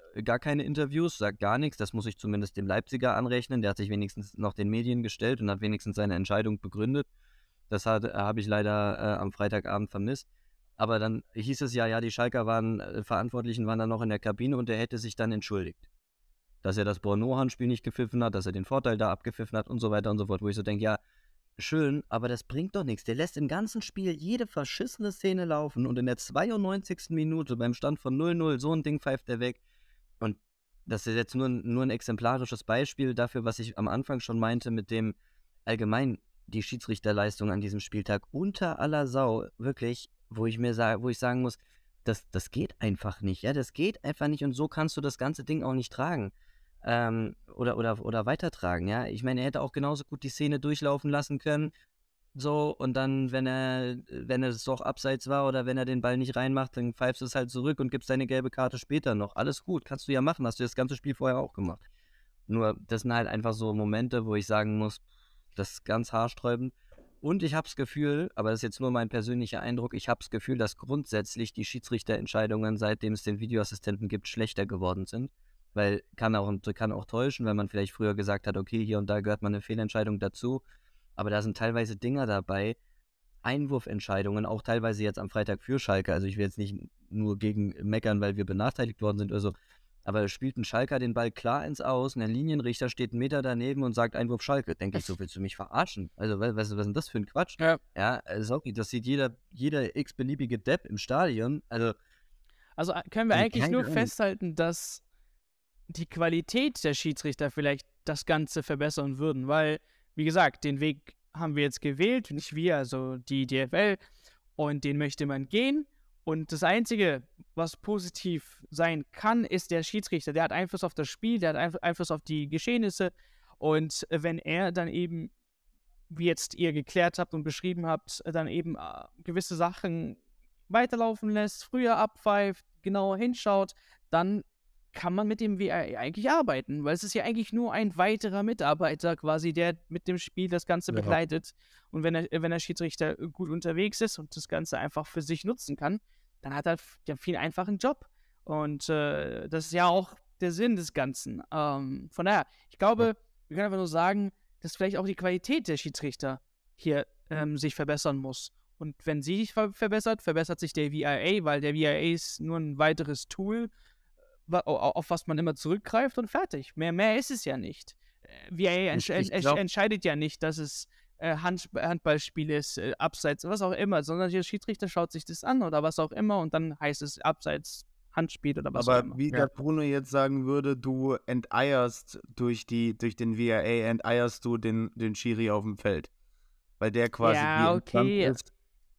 Speaker 4: gar keine Interviews, sagt gar nichts. Das muss ich zumindest dem Leipziger anrechnen. Der hat sich wenigstens noch den Medien gestellt und hat wenigstens seine Entscheidung begründet. Das hat- habe ich leider äh, am Freitagabend vermisst. Aber dann hieß es ja, ja, die Schalker waren, äh, Verantwortlichen waren dann noch in der Kabine und er hätte sich dann entschuldigt. Dass er das Bordeaux-Handspiel nicht gepfiffen hat, dass er den Vorteil da abgepfiffen hat und so weiter und so fort. Wo ich so denke, ja, schön, aber das bringt doch nichts. Der lässt im ganzen Spiel jede verschissene Szene laufen und in der zweiundneunzigsten Minute beim Stand von null null, so ein Ding pfeift er weg. Und das ist jetzt nur, ein- nur ein exemplarisches Beispiel dafür, was ich am Anfang schon meinte, mit dem allgemein die Schiedsrichterleistung an diesem Spieltag unter aller Sau, wirklich, wo ich mir sage, wo ich sagen muss, das, das geht einfach nicht, ja, das geht einfach nicht und so kannst du das ganze Ding auch nicht tragen. Ähm, oder, oder, oder weitertragen, ja. Ich meine, er hätte auch genauso gut die Szene durchlaufen lassen können, so, und dann, wenn er, wenn es doch abseits war oder wenn er den Ball nicht reinmacht, dann pfeifst du es halt zurück und gibst deine gelbe Karte später noch. Alles gut, kannst du ja machen, hast du das ganze Spiel vorher auch gemacht. Nur, das sind halt einfach so Momente, wo ich sagen muss, das ist ganz haarsträubend. Und ich habe das Gefühl, aber das ist jetzt nur mein persönlicher Eindruck, ich habe das Gefühl, dass grundsätzlich die Schiedsrichterentscheidungen, seitdem es den Videoassistenten gibt, schlechter geworden sind. Weil kann auch, kann auch täuschen, wenn man vielleicht früher gesagt hat, okay, hier und da gehört man eine Fehlentscheidung dazu. Aber da sind teilweise Dinger dabei, Einwurfentscheidungen, auch teilweise jetzt am Freitag für Schalke. Also ich will jetzt nicht nur gegen meckern, weil wir benachteiligt worden sind oder so. Aber spielt ein Schalker den Ball klar ins Aus, und der Linienrichter steht einen Meter daneben und sagt Einwurf Schalke. Denke ich so, willst du mich verarschen? Also, was, was ist denn das für ein Quatsch?
Speaker 2: Ja.
Speaker 4: Ja, äh, sorry, das sieht jeder, jeder x-beliebige Depp im Stadion. Also,
Speaker 2: Also äh, können wir
Speaker 4: Also
Speaker 2: eigentlich
Speaker 4: keine
Speaker 2: nur
Speaker 4: Ahnung.
Speaker 2: festhalten, dass die Qualität der Schiedsrichter vielleicht das Ganze verbessern würden, weil, wie gesagt, den Weg haben wir jetzt gewählt, nicht wir, also die D F L, und den möchte man gehen. Und das Einzige, was positiv sein kann, ist der Schiedsrichter. Der hat Einfluss auf das Spiel, der hat Einf- Einfluss auf die Geschehnisse. Und äh, wenn er dann eben, wie jetzt ihr geklärt habt und beschrieben habt, dann eben äh, gewisse Sachen weiterlaufen lässt, früher abpfeift, genauer hinschaut, dann kann man mit dem V A R eigentlich arbeiten, weil es ist ja eigentlich nur ein weiterer Mitarbeiter quasi, der mit dem Spiel das Ganze
Speaker 3: Ja.
Speaker 2: begleitet. Und wenn, er, wenn der Schiedsrichter gut unterwegs ist und das Ganze einfach für sich nutzen kann, dann hat er f- ja viel einfachen Job. Und äh, das ist ja auch der Sinn des Ganzen. Ähm, von daher, ich glaube, wir können einfach nur sagen, dass vielleicht auch die Qualität der Schiedsrichter hier ähm, sich verbessern muss. Und wenn sie sich ver verbessert, verbessert sich der V A R, weil der V A R ist nur ein weiteres Tool, wa- au- au- auf was man immer zurückgreift und fertig. Mehr, mehr ist es ja nicht. Äh, V A R entsch
Speaker 4: Ich- ich
Speaker 2: entsch
Speaker 4: glaub-
Speaker 2: entscheidet ja nicht, dass es äh, Hand Handballspiel ist, äh, Abseits, was auch immer, sondern der Schiedsrichter schaut sich das an oder was auch immer und dann heißt es Abseits, Handspiel oder was auch
Speaker 3: Aber
Speaker 2: immer.
Speaker 3: wie der Bruno jetzt sagen würde, du enteierst durch, die, durch den V A R, enteierst du den, den Schiri auf dem Feld. Weil der quasi
Speaker 2: Ja,
Speaker 3: die Instanz
Speaker 2: okay.
Speaker 3: ist.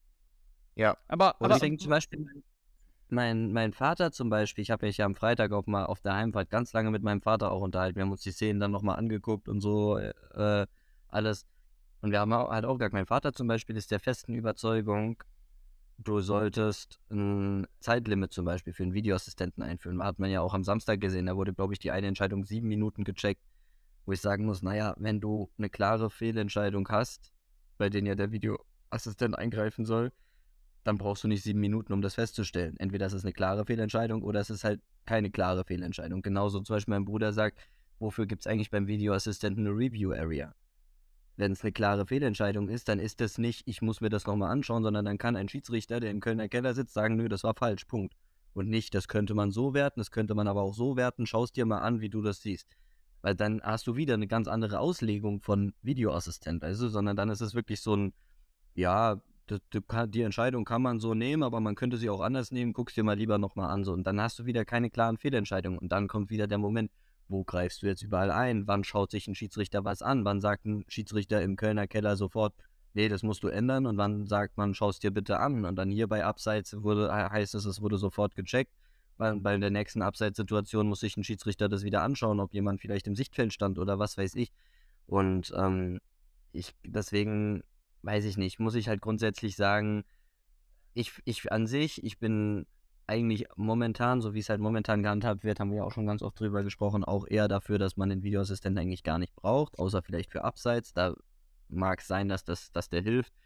Speaker 3: Ja,
Speaker 2: Aber,
Speaker 4: Und
Speaker 2: aber
Speaker 4: deswegen zum Beispiel, mein, mein Vater zum Beispiel, ich habe mich ja am Freitag auch mal auf der Heimfahrt ganz lange mit meinem Vater auch unterhalten. Wir haben uns die Szenen dann nochmal angeguckt und so äh, alles. Und wir haben auch, halt auch gesagt, mein Vater zum Beispiel ist der festen Überzeugung, du solltest ein Zeitlimit zum Beispiel für einen Videoassistenten einführen. Hat man ja auch am Samstag gesehen, da wurde, glaube ich, die eine Entscheidung sieben Minuten gecheckt, wo ich sagen muss, naja, wenn du eine klare Fehlentscheidung hast, bei denen ja der Videoassistent eingreifen soll, dann brauchst du nicht sieben Minuten, um das festzustellen. Entweder ist es eine klare Fehlentscheidung oder es ist halt keine klare Fehlentscheidung. Genauso zum Beispiel mein Bruder sagt, wofür gibt es eigentlich beim Videoassistenten eine Review-Area? Wenn es eine klare Fehlentscheidung ist, dann ist das nicht, ich muss mir das nochmal anschauen, sondern dann kann ein Schiedsrichter, der im Kölner Keller sitzt, sagen, nö, das war falsch, Punkt. Und nicht, das könnte man so werten, das könnte man aber auch so werten, schau es dir mal an, wie du das siehst. Weil dann hast du wieder eine ganz andere Auslegung von Videoassistent, weißt du, sondern dann ist es wirklich so ein, ja, die, die, kann- die Entscheidung kann man so nehmen, aber man könnte sie auch anders nehmen, guck's dir mal lieber nochmal an. So. Und dann hast du wieder keine klaren Fehlentscheidungen. Und dann kommt wieder der Moment, wo greifst du jetzt überall ein? Wann schaut sich ein Schiedsrichter was an? Wann sagt ein Schiedsrichter im Kölner Keller sofort, nee, das musst du ändern? Und wann sagt man, schau es dir bitte an? Und dann hier bei Abseits wurde, he- heißt es, es wurde sofort gecheckt. Weil bei der nächsten Abseitssituation muss sich ein Schiedsrichter das wieder anschauen, ob jemand vielleicht im Sichtfeld stand oder was weiß ich. Und ähm, ich deswegen weiß ich nicht, muss ich halt grundsätzlich sagen, ich, ich an sich, ich bin eigentlich momentan, so wie es halt momentan gehandhabt wird, haben wir ja auch schon ganz oft drüber gesprochen, auch eher dafür, dass man den Videoassistenten eigentlich gar nicht braucht, außer vielleicht für Abseits. Da mag es sein, dass, das, dass der hilft.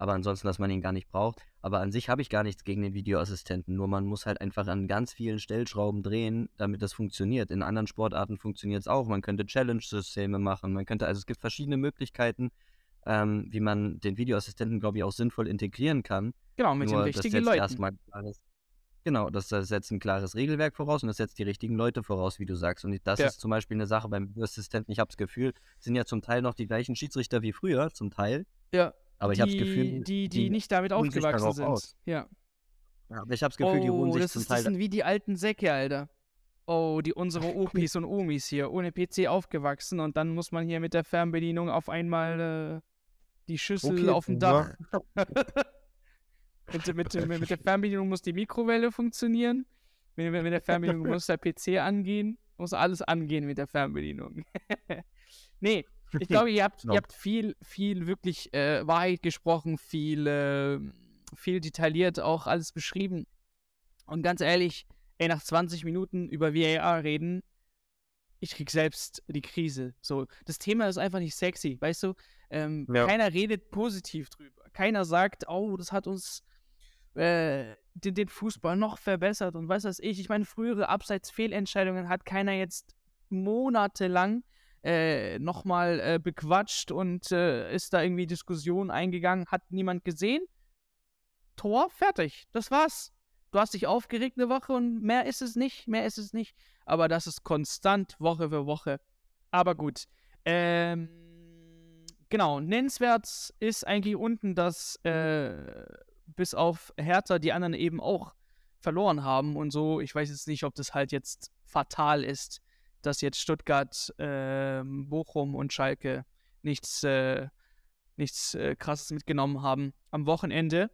Speaker 4: aber ansonsten, dass man ihn gar nicht braucht. Aber an sich habe ich gar nichts gegen den Videoassistenten, nur man muss halt einfach an ganz vielen Stellschrauben drehen, damit das funktioniert. In anderen Sportarten funktioniert es auch. Man könnte Challenge-Systeme machen, man könnte, also es gibt verschiedene Möglichkeiten, ähm, wie man den Videoassistenten, glaube ich, auch sinnvoll integrieren kann.
Speaker 2: Genau, mit den
Speaker 4: Nur das
Speaker 2: richtigen
Speaker 4: setzt
Speaker 2: Leuten.
Speaker 4: erstmal ein klares, genau, das, das setzt ein klares Regelwerk voraus und das setzt die richtigen Leute voraus, wie du sagst. Und das
Speaker 2: Ja.
Speaker 4: ist zum Beispiel eine Sache beim Videoassistenten. Ich habe das Gefühl, es sind ja zum Teil noch die gleichen Schiedsrichter wie früher, zum Teil.
Speaker 2: Ja.
Speaker 4: Aber ich habe das Gefühl,
Speaker 2: die, die nicht damit
Speaker 4: ruhen sich
Speaker 2: aufgewachsen
Speaker 4: darauf
Speaker 2: sind.
Speaker 4: aus.
Speaker 2: Ja.
Speaker 4: Ja, aber ich habe das Gefühl, die ruhen
Speaker 2: Oh,
Speaker 4: sich
Speaker 2: das,
Speaker 4: zum
Speaker 2: ist, das
Speaker 4: Teil.
Speaker 2: sind wie die alten Säcke, Alter. Oh, die unsere Opis und Omis hier, ohne P C aufgewachsen und dann muss man hier mit der Fernbedienung auf einmal äh, die Schüssel
Speaker 3: Okay,
Speaker 2: auf dem
Speaker 3: ja.
Speaker 2: Dach. mit, mit, mit, mit der Fernbedienung muss die Mikrowelle funktionieren. Mit, mit der Fernbedienung muss der P C angehen. Muss alles angehen mit der Fernbedienung. Nee, ich glaube, ihr habt,
Speaker 3: Genau.
Speaker 2: ihr habt viel, viel wirklich äh, Wahrheit gesprochen, viel, äh, viel detailliert auch alles beschrieben. Und ganz ehrlich, ey, nach zwanzig Minuten über V A R reden, ich krieg selbst die Krise. So, das Thema ist einfach nicht sexy, weißt du? Ähm,
Speaker 3: Ja.
Speaker 2: Keiner redet positiv drüber. Keiner sagt, oh, das hat uns äh, den, den Fußball noch verbessert und was weiß ich. Ich meine, frühere Abseits-Fehlentscheidungen hat keiner jetzt monatelang äh, nochmal äh, bequatscht und äh, ist da irgendwie Diskussion eingegangen, hat niemand gesehen. Tor, fertig. Das war's. Du hast dich aufgeregt eine Woche und mehr ist es nicht, mehr ist es nicht. Aber das ist konstant, Woche für Woche. Aber gut. Ähm, genau, nennenswert ist eigentlich unten, dass äh, bis auf Hertha die anderen eben auch verloren haben und so. Ich weiß jetzt nicht, ob das halt jetzt fatal ist, dass jetzt Stuttgart, äh, Bochum und Schalke nichts, äh, nichts äh, Krasses mitgenommen haben am Wochenende.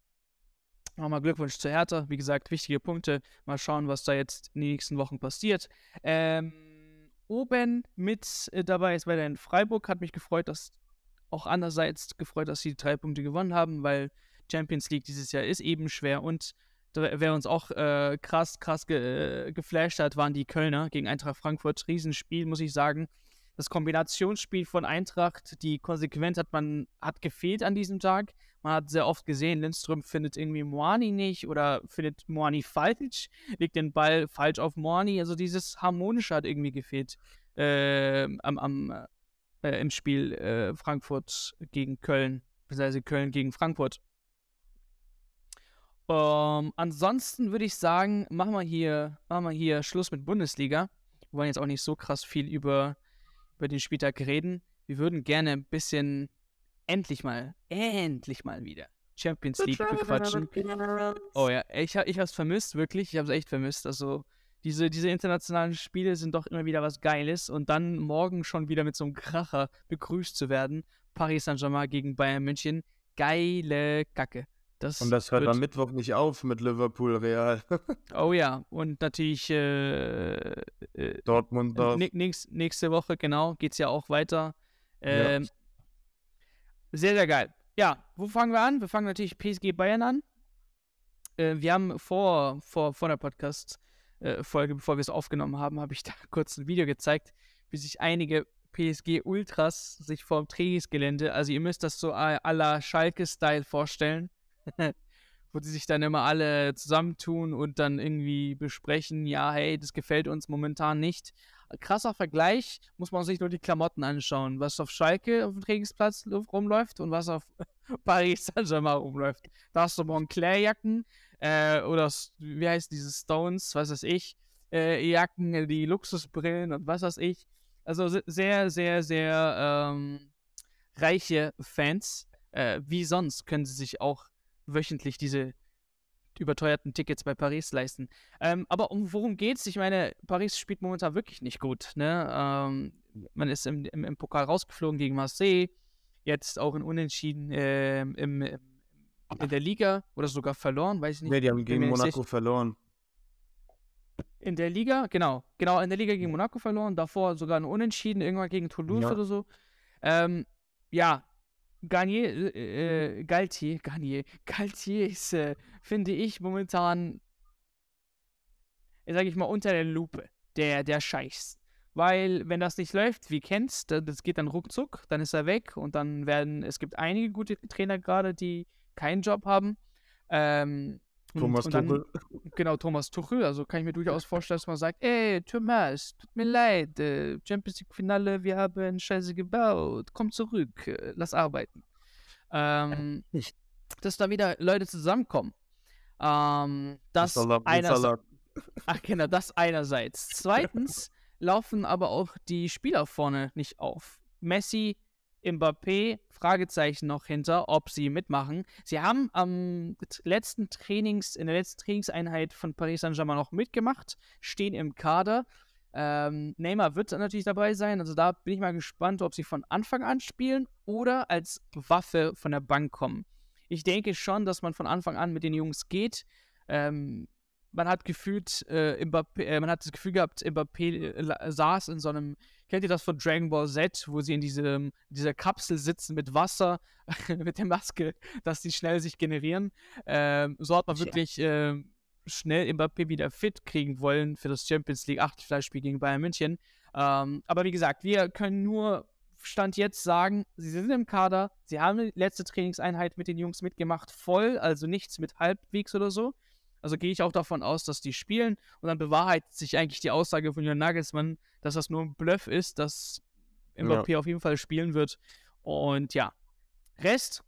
Speaker 2: Nochmal Glückwunsch zu Hertha. Wie gesagt, wichtige Punkte. Mal schauen, was da jetzt in den nächsten Wochen passiert. Ähm, oben mit äh, dabei ist weiterhin Freiburg. Hat mich gefreut, dass auch andererseits gefreut, dass sie die drei Punkte gewonnen haben, weil Champions League dieses Jahr ist eben schwer. Und da, wer uns auch äh, krass, krass ge, äh, geflasht hat, waren die Kölner gegen Eintracht Frankfurt. Riesenspiel, muss ich sagen. Das Kombinationsspiel von Eintracht, die Konsequenz hat man hat gefehlt an diesem Tag. Man hat sehr oft gesehen, Lindström findet irgendwie Moani nicht oder findet Moani falsch, legt den Ball falsch auf Moani. Also dieses Harmonische hat irgendwie gefehlt äh, am, am, äh, im Spiel äh, Frankfurt gegen Köln, beziehungsweise Köln gegen Frankfurt. Ähm, ansonsten würde ich sagen, machen wir hier, machen wir hier Schluss mit Bundesliga. Wir wollen jetzt auch nicht so krass viel über, über den Spieltag reden. Wir würden gerne ein bisschen endlich mal, endlich mal wieder Champions League bequatschen. Oh ja, ich, hab, ich hab's vermisst, wirklich. Ich hab's echt vermisst. Also, diese, diese internationalen Spiele sind doch immer wieder was Geiles. Und dann morgen schon wieder mit so einem Kracher begrüßt zu werden. Paris Saint-Germain gegen Bayern München. Geile Kacke. Das
Speaker 3: Und das hört
Speaker 2: wird,
Speaker 3: am Mittwoch nicht auf mit Liverpool Real.
Speaker 2: Oh ja, und natürlich äh, äh,
Speaker 3: Dortmund darf.
Speaker 2: N- nächst, nächste Woche, genau, geht's ja auch weiter. Ähm, Sehr, sehr geil. Ja, wo fangen wir an? Wir fangen natürlich P S G Bayern an. Äh, wir haben vor, vor, vor der Podcast-Folge, bevor wir es aufgenommen haben, habe ich da kurz ein Video gezeigt, wie sich einige P S G-Ultras sich vor dem Trainingsgelände, also ihr müsst das so à à la Schalke-Style vorstellen, wo die sich dann immer alle zusammentun und dann irgendwie besprechen, ja, hey, das gefällt uns momentan nicht. Krasser Vergleich, muss man sich nur die Klamotten anschauen, was auf Schalke auf dem Trainingsplatz rumläuft und was auf Paris Saint-Germain rumläuft. Da hast du Moncler-Jacken äh, oder s- wie heißt diese Stones, was weiß ich, äh, Jacken, die Luxusbrillen und was weiß ich. Also se- sehr, sehr, sehr ähm, reiche Fans. Äh, wie sonst können sie sich auch wöchentlich diese überteuerten Tickets bei Paris leisten. Ähm, aber um worum geht's? Ich meine, Paris spielt momentan wirklich nicht gut. Ne? Ähm, man ist im, im, im Pokal rausgeflogen gegen Marseille, jetzt auch in Unentschieden ähm, im, im, in der Liga oder sogar verloren, weiß ich nicht.
Speaker 3: Ne, die haben
Speaker 2: bin
Speaker 3: gegen
Speaker 2: mir nicht
Speaker 3: Monaco
Speaker 2: sicher.
Speaker 3: verloren.
Speaker 2: In der Liga, genau, genau, in der Liga gegen Monaco verloren, davor sogar ein Unentschieden, irgendwann gegen Toulouse
Speaker 3: Ja.
Speaker 2: oder so. Ähm, ja, Garnier, äh, äh, Galtier, Garnier, Galtier ist, äh, finde ich, momentan, sage ich mal, unter der Lupe der, der Scheichs. weil wenn das nicht läuft, wie kennst, da- das geht dann ruckzuck, dann ist er weg und dann werden, es gibt einige gute Trainer gerade, die keinen Job haben. Ähm, und,
Speaker 3: Thomas
Speaker 2: und dann,
Speaker 3: Tuchel.
Speaker 2: genau, Thomas Tuchel, also kann ich mir durchaus vorstellen, dass man sagt, ey, Thomas, tut mir leid, äh, Champions League Finale, wir haben Scheiße gebaut, komm zurück, äh, lass arbeiten. Ähm,
Speaker 4: Nicht.
Speaker 2: dass da wieder Leute zusammenkommen. Ähm, das
Speaker 3: Salat mit
Speaker 2: einerseits.
Speaker 3: Salat.
Speaker 2: Ach genau, das einerseits. Zweitens laufen aber auch die Spieler vorne nicht auf. Messi, Mbappé, Fragezeichen noch hinter, ob sie mitmachen. Sie haben am t- letzten Trainings, in der letzten Trainingseinheit von Paris Saint-Germain noch mitgemacht, stehen im Kader. Ähm, Neymar wird natürlich dabei sein, also da bin ich mal gespannt, ob sie von Anfang an spielen oder als Waffe von der Bank kommen. Ich denke schon, dass man von Anfang an mit den Jungs geht. Ähm, man hat gefühlt, äh, Mbappé, äh, man hat das Gefühl gehabt, Mbappé äh, la- saß in so einem, kennt ihr das von Dragon Ball Z, wo sie in diesem, dieser Kapsel sitzen mit Wasser, mit der Maske, dass die schnell sich generieren. Ähm, so hat man
Speaker 4: Tja.
Speaker 2: wirklich ähm, schnell Mbappé wieder fit kriegen wollen für das Champions League Achtelfinalspiel gegen Bayern München. Ähm, aber wie gesagt, wir können nur Stand jetzt sagen, sie sind im Kader, sie haben die letzte Trainingseinheit mit den Jungs mitgemacht, voll, also nichts mit halbwegs oder so. Also gehe ich auch davon aus, dass die spielen und dann bewahrheitet sich eigentlich die Aussage von Julian Nagelsmann, dass das nur ein Bluff ist, dass Mbappé auf jeden Fall spielen wird. Und ja, Rest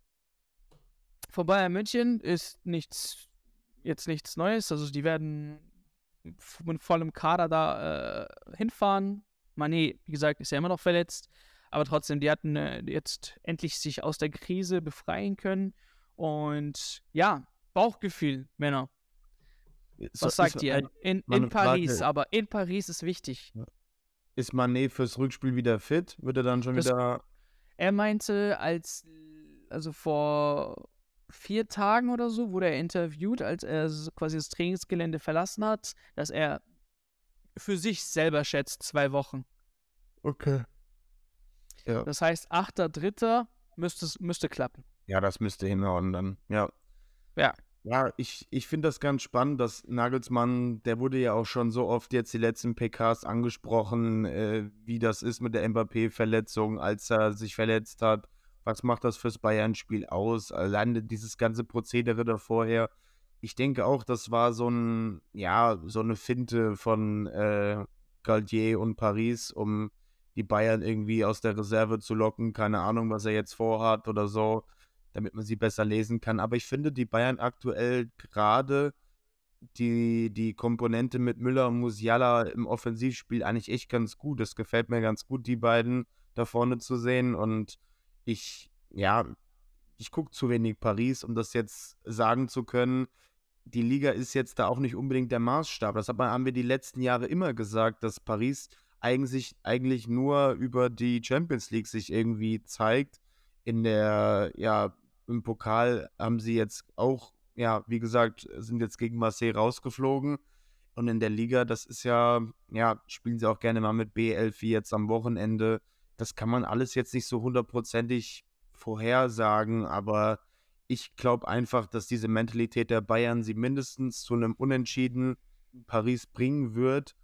Speaker 2: von Bayern München ist nichts, jetzt nichts Neues. Also die werden f- mit vollem Kader da äh, hinfahren. Mané, wie gesagt, ist ja immer noch verletzt. Aber trotzdem, die hatten äh, jetzt endlich sich aus der Krise befreien können. Und ja, Bauchgefühl, Männer.
Speaker 3: So-
Speaker 2: Was sagt
Speaker 3: ist,
Speaker 2: ihr?
Speaker 3: ein-
Speaker 2: In,
Speaker 3: mal
Speaker 2: in
Speaker 3: eine Frage.
Speaker 2: Paris, aber in Paris ist wichtig.
Speaker 3: Ist Mané fürs Rückspiel wieder fit? Wird er dann schon
Speaker 2: Das-
Speaker 3: wieder.
Speaker 2: Er meinte, als, also vor vier Tagen oder so wurde er interviewt, als er so quasi das Trainingsgelände verlassen hat, dass er für sich selber schätzt zwei Wochen.
Speaker 3: Okay. Ja.
Speaker 2: Das heißt, achter dritter müsste, es- müsste klappen.
Speaker 3: Ja, das müsste hinhauen dann. Ja.
Speaker 2: Ja.
Speaker 3: Ja, ich, ich finde das ganz spannend, dass Nagelsmann, der wurde ja auch schon so oft jetzt die letzten P Ks angesprochen, äh, wie das ist mit der Mbappé-Verletzung, als er sich verletzt hat. Was macht das fürs Bayern-Spiel aus? Alleine dieses ganze Prozedere da vorher. Ich denke auch, das war so ein, ja, so eine Finte von äh, Galtier und Paris, um die Bayern irgendwie aus der Reserve zu locken. Keine Ahnung, was er jetzt vorhat oder so, damit man sie besser lesen kann. Aber ich finde die Bayern aktuell gerade die, die Komponente mit Müller und Musiala im Offensivspiel eigentlich echt ganz gut. Es gefällt mir ganz gut, die beiden da vorne zu sehen. Und ich, ja, ich gucke zu wenig Paris, um das jetzt sagen zu können. Die Liga ist jetzt da auch nicht unbedingt der Maßstab. Das hat man, haben wir die letzten Jahre immer gesagt, dass Paris eigentlich, eigentlich nur über die Champions League sich irgendwie zeigt. In der, ja, im Pokal haben sie jetzt auch, ja, wie gesagt, sind jetzt gegen Marseille rausgeflogen. Und in der Liga, das ist ja, ja, spielen sie auch gerne mal mit B elf wie jetzt am Wochenende. Das kann man alles jetzt nicht so hundertprozentig vorhersagen, aber ich glaube einfach, dass diese Mentalität der Bayern sie mindestens zu einem Unentschieden in Paris bringen wird,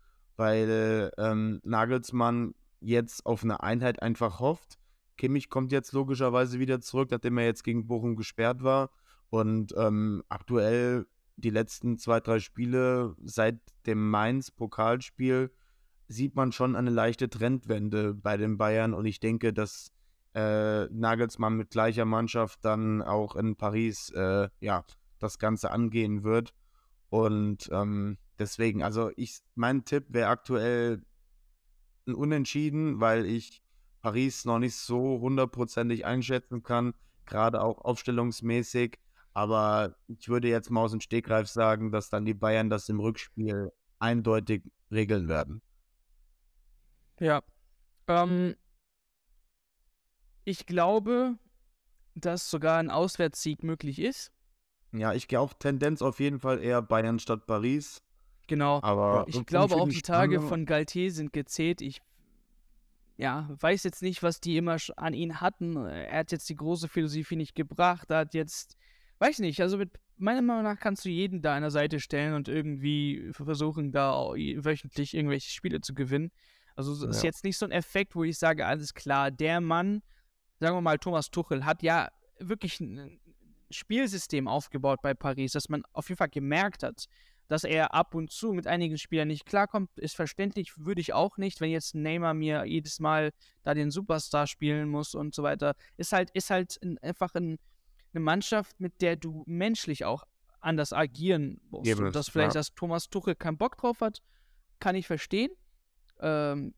Speaker 3: weil ähm, Nagelsmann jetzt auf eine Einheit einfach hofft. Kimmich kommt jetzt logischerweise wieder zurück, nachdem er jetzt gegen Bochum gesperrt war. Und ähm, aktuell die letzten zwei, drei Spiele seit dem Mainz-Pokalspiel sieht man schon eine leichte Trendwende bei den Bayern. Und ich denke, dass äh, Nagelsmann mit gleicher Mannschaft dann auch in Paris äh, ja, das Ganze angehen wird. Und ähm, deswegen, also ich, mein Tipp wäre aktuell ein Unentschieden, weil ich Paris noch nicht so hundertprozentig einschätzen kann, gerade auch aufstellungsmäßig. Aber ich würde jetzt mal aus dem Stegreif sagen, dass dann die Bayern das im Rückspiel eindeutig regeln werden.
Speaker 2: Ja. Ähm, ich glaube, dass sogar ein Auswärtssieg möglich ist.
Speaker 3: Ja, ich gehe auch Tendenz auf jeden Fall eher Bayern statt Paris.
Speaker 2: Genau.
Speaker 3: Aber
Speaker 2: Ich
Speaker 3: so
Speaker 2: glaube auch,
Speaker 3: für
Speaker 2: die Tage
Speaker 3: Spannung-
Speaker 2: von Galtier sind gezählt. Ich ja, weiß jetzt nicht, was die immer sch- an ihn hatten. Er hat jetzt die große Philosophie nicht gebracht. Er hat jetzt, weiß nicht, also mit meiner Meinung nach kannst du jeden da an der Seite stellen und irgendwie versuchen, da au- wöchentlich irgendwelche Spiele zu gewinnen. Also es ist
Speaker 3: Ja.
Speaker 2: jetzt nicht so ein Effekt, wo ich sage, alles klar, der Mann, sagen wir mal Thomas Tuchel, hat ja wirklich ein Spielsystem aufgebaut bei Paris, dass man auf jeden Fall gemerkt hat, dass er ab und zu mit einigen Spielern nicht klarkommt, ist verständlich, würde ich auch nicht, wenn jetzt Neymar mir jedes Mal da den Superstar spielen muss und so weiter. Ist halt, ist halt ein, einfach ein, eine Mannschaft, mit der du menschlich auch anders agieren musst.
Speaker 3: Eben
Speaker 2: Und
Speaker 3: ist,
Speaker 2: dass vielleicht,
Speaker 3: ja.
Speaker 2: dass Thomas Tuchel keinen Bock drauf hat, kann ich verstehen. Ähm,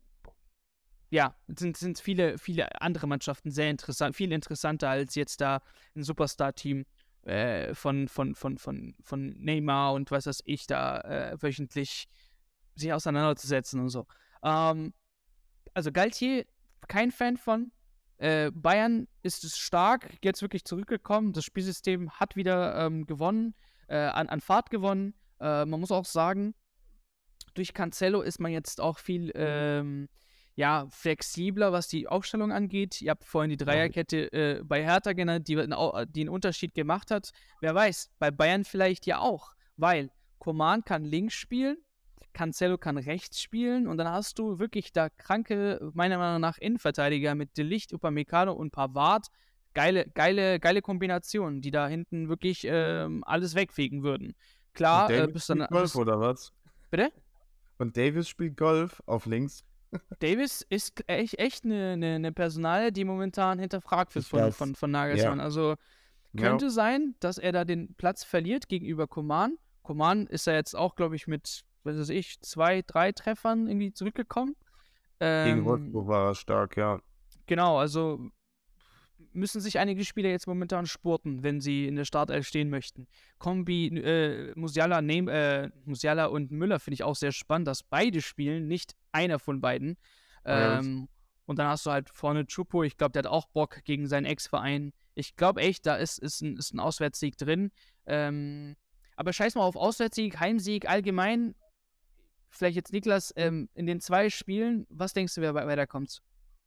Speaker 2: ja, sind, sind viele, viele andere Mannschaften sehr interessant, viel interessanter als jetzt da ein Superstar-Team äh, von, von, von, von, von Neymar und was weiß ich da äh, wöchentlich sich auseinanderzusetzen und so. Ähm, also Galtier, kein Fan von. Äh, Bayern ist es stark, jetzt wirklich zurückgekommen. Das Spielsystem hat wieder ähm, gewonnen, äh, an, an Fahrt gewonnen. Äh, man muss auch sagen, durch Cancelo ist man jetzt auch viel ähm, ja, flexibler, was die Aufstellung angeht. Ihr habt vorhin die Dreierkette äh, bei Hertha genannt, die, die einen Unterschied gemacht hat. Wer weiß, bei Bayern vielleicht ja auch, weil Coman kann links spielen, Cancelo kann rechts spielen und dann hast du wirklich da kranke, meiner Meinung nach, Innenverteidiger mit De Ligt, Upamecano und Pavard. Geile, geile, geile Kombinationen, die da hinten wirklich ähm, alles wegfegen würden. Klar,
Speaker 3: Und
Speaker 2: äh,
Speaker 3: Davis
Speaker 2: bis dann.
Speaker 3: spielt Golf,
Speaker 2: Bis,
Speaker 3: oder was?
Speaker 2: bitte?
Speaker 3: Und Davis spielt Golf auf links.
Speaker 2: Davis ist echt, echt eine, eine, eine Personalie, die momentan hinterfragt wird
Speaker 4: Ich
Speaker 2: von,
Speaker 4: weiß.
Speaker 2: von, von Nagelsmann.
Speaker 3: Ja.
Speaker 2: Also könnte sein, dass er da den Platz verliert gegenüber Coman. Coman ist ja jetzt auch, glaube ich, mit, was weiß ich, zwei, drei Treffern irgendwie zurückgekommen.
Speaker 3: Gegen
Speaker 2: Ähm,
Speaker 3: Wolfsburg war er stark, ja.
Speaker 2: Genau, also müssen sich einige Spieler jetzt momentan spurten, wenn sie in der Startelf stehen möchten. Kombi, äh, Musiala, Nehm, äh, Musiala und Müller finde ich auch sehr spannend, dass beide spielen, nicht einer von beiden.
Speaker 3: Ja.
Speaker 2: Ähm, und dann hast du halt vorne Chupo, ich glaube, der hat auch Bock gegen seinen Ex-Verein. Ich glaube echt, da ist, ist, ein, ist ein Auswärtssieg drin. Ähm, aber scheiß mal auf Auswärtssieg, Heimsieg, allgemein. Vielleicht jetzt Niklas, ähm, in den zwei Spielen, was denkst du, wer weiterkommt?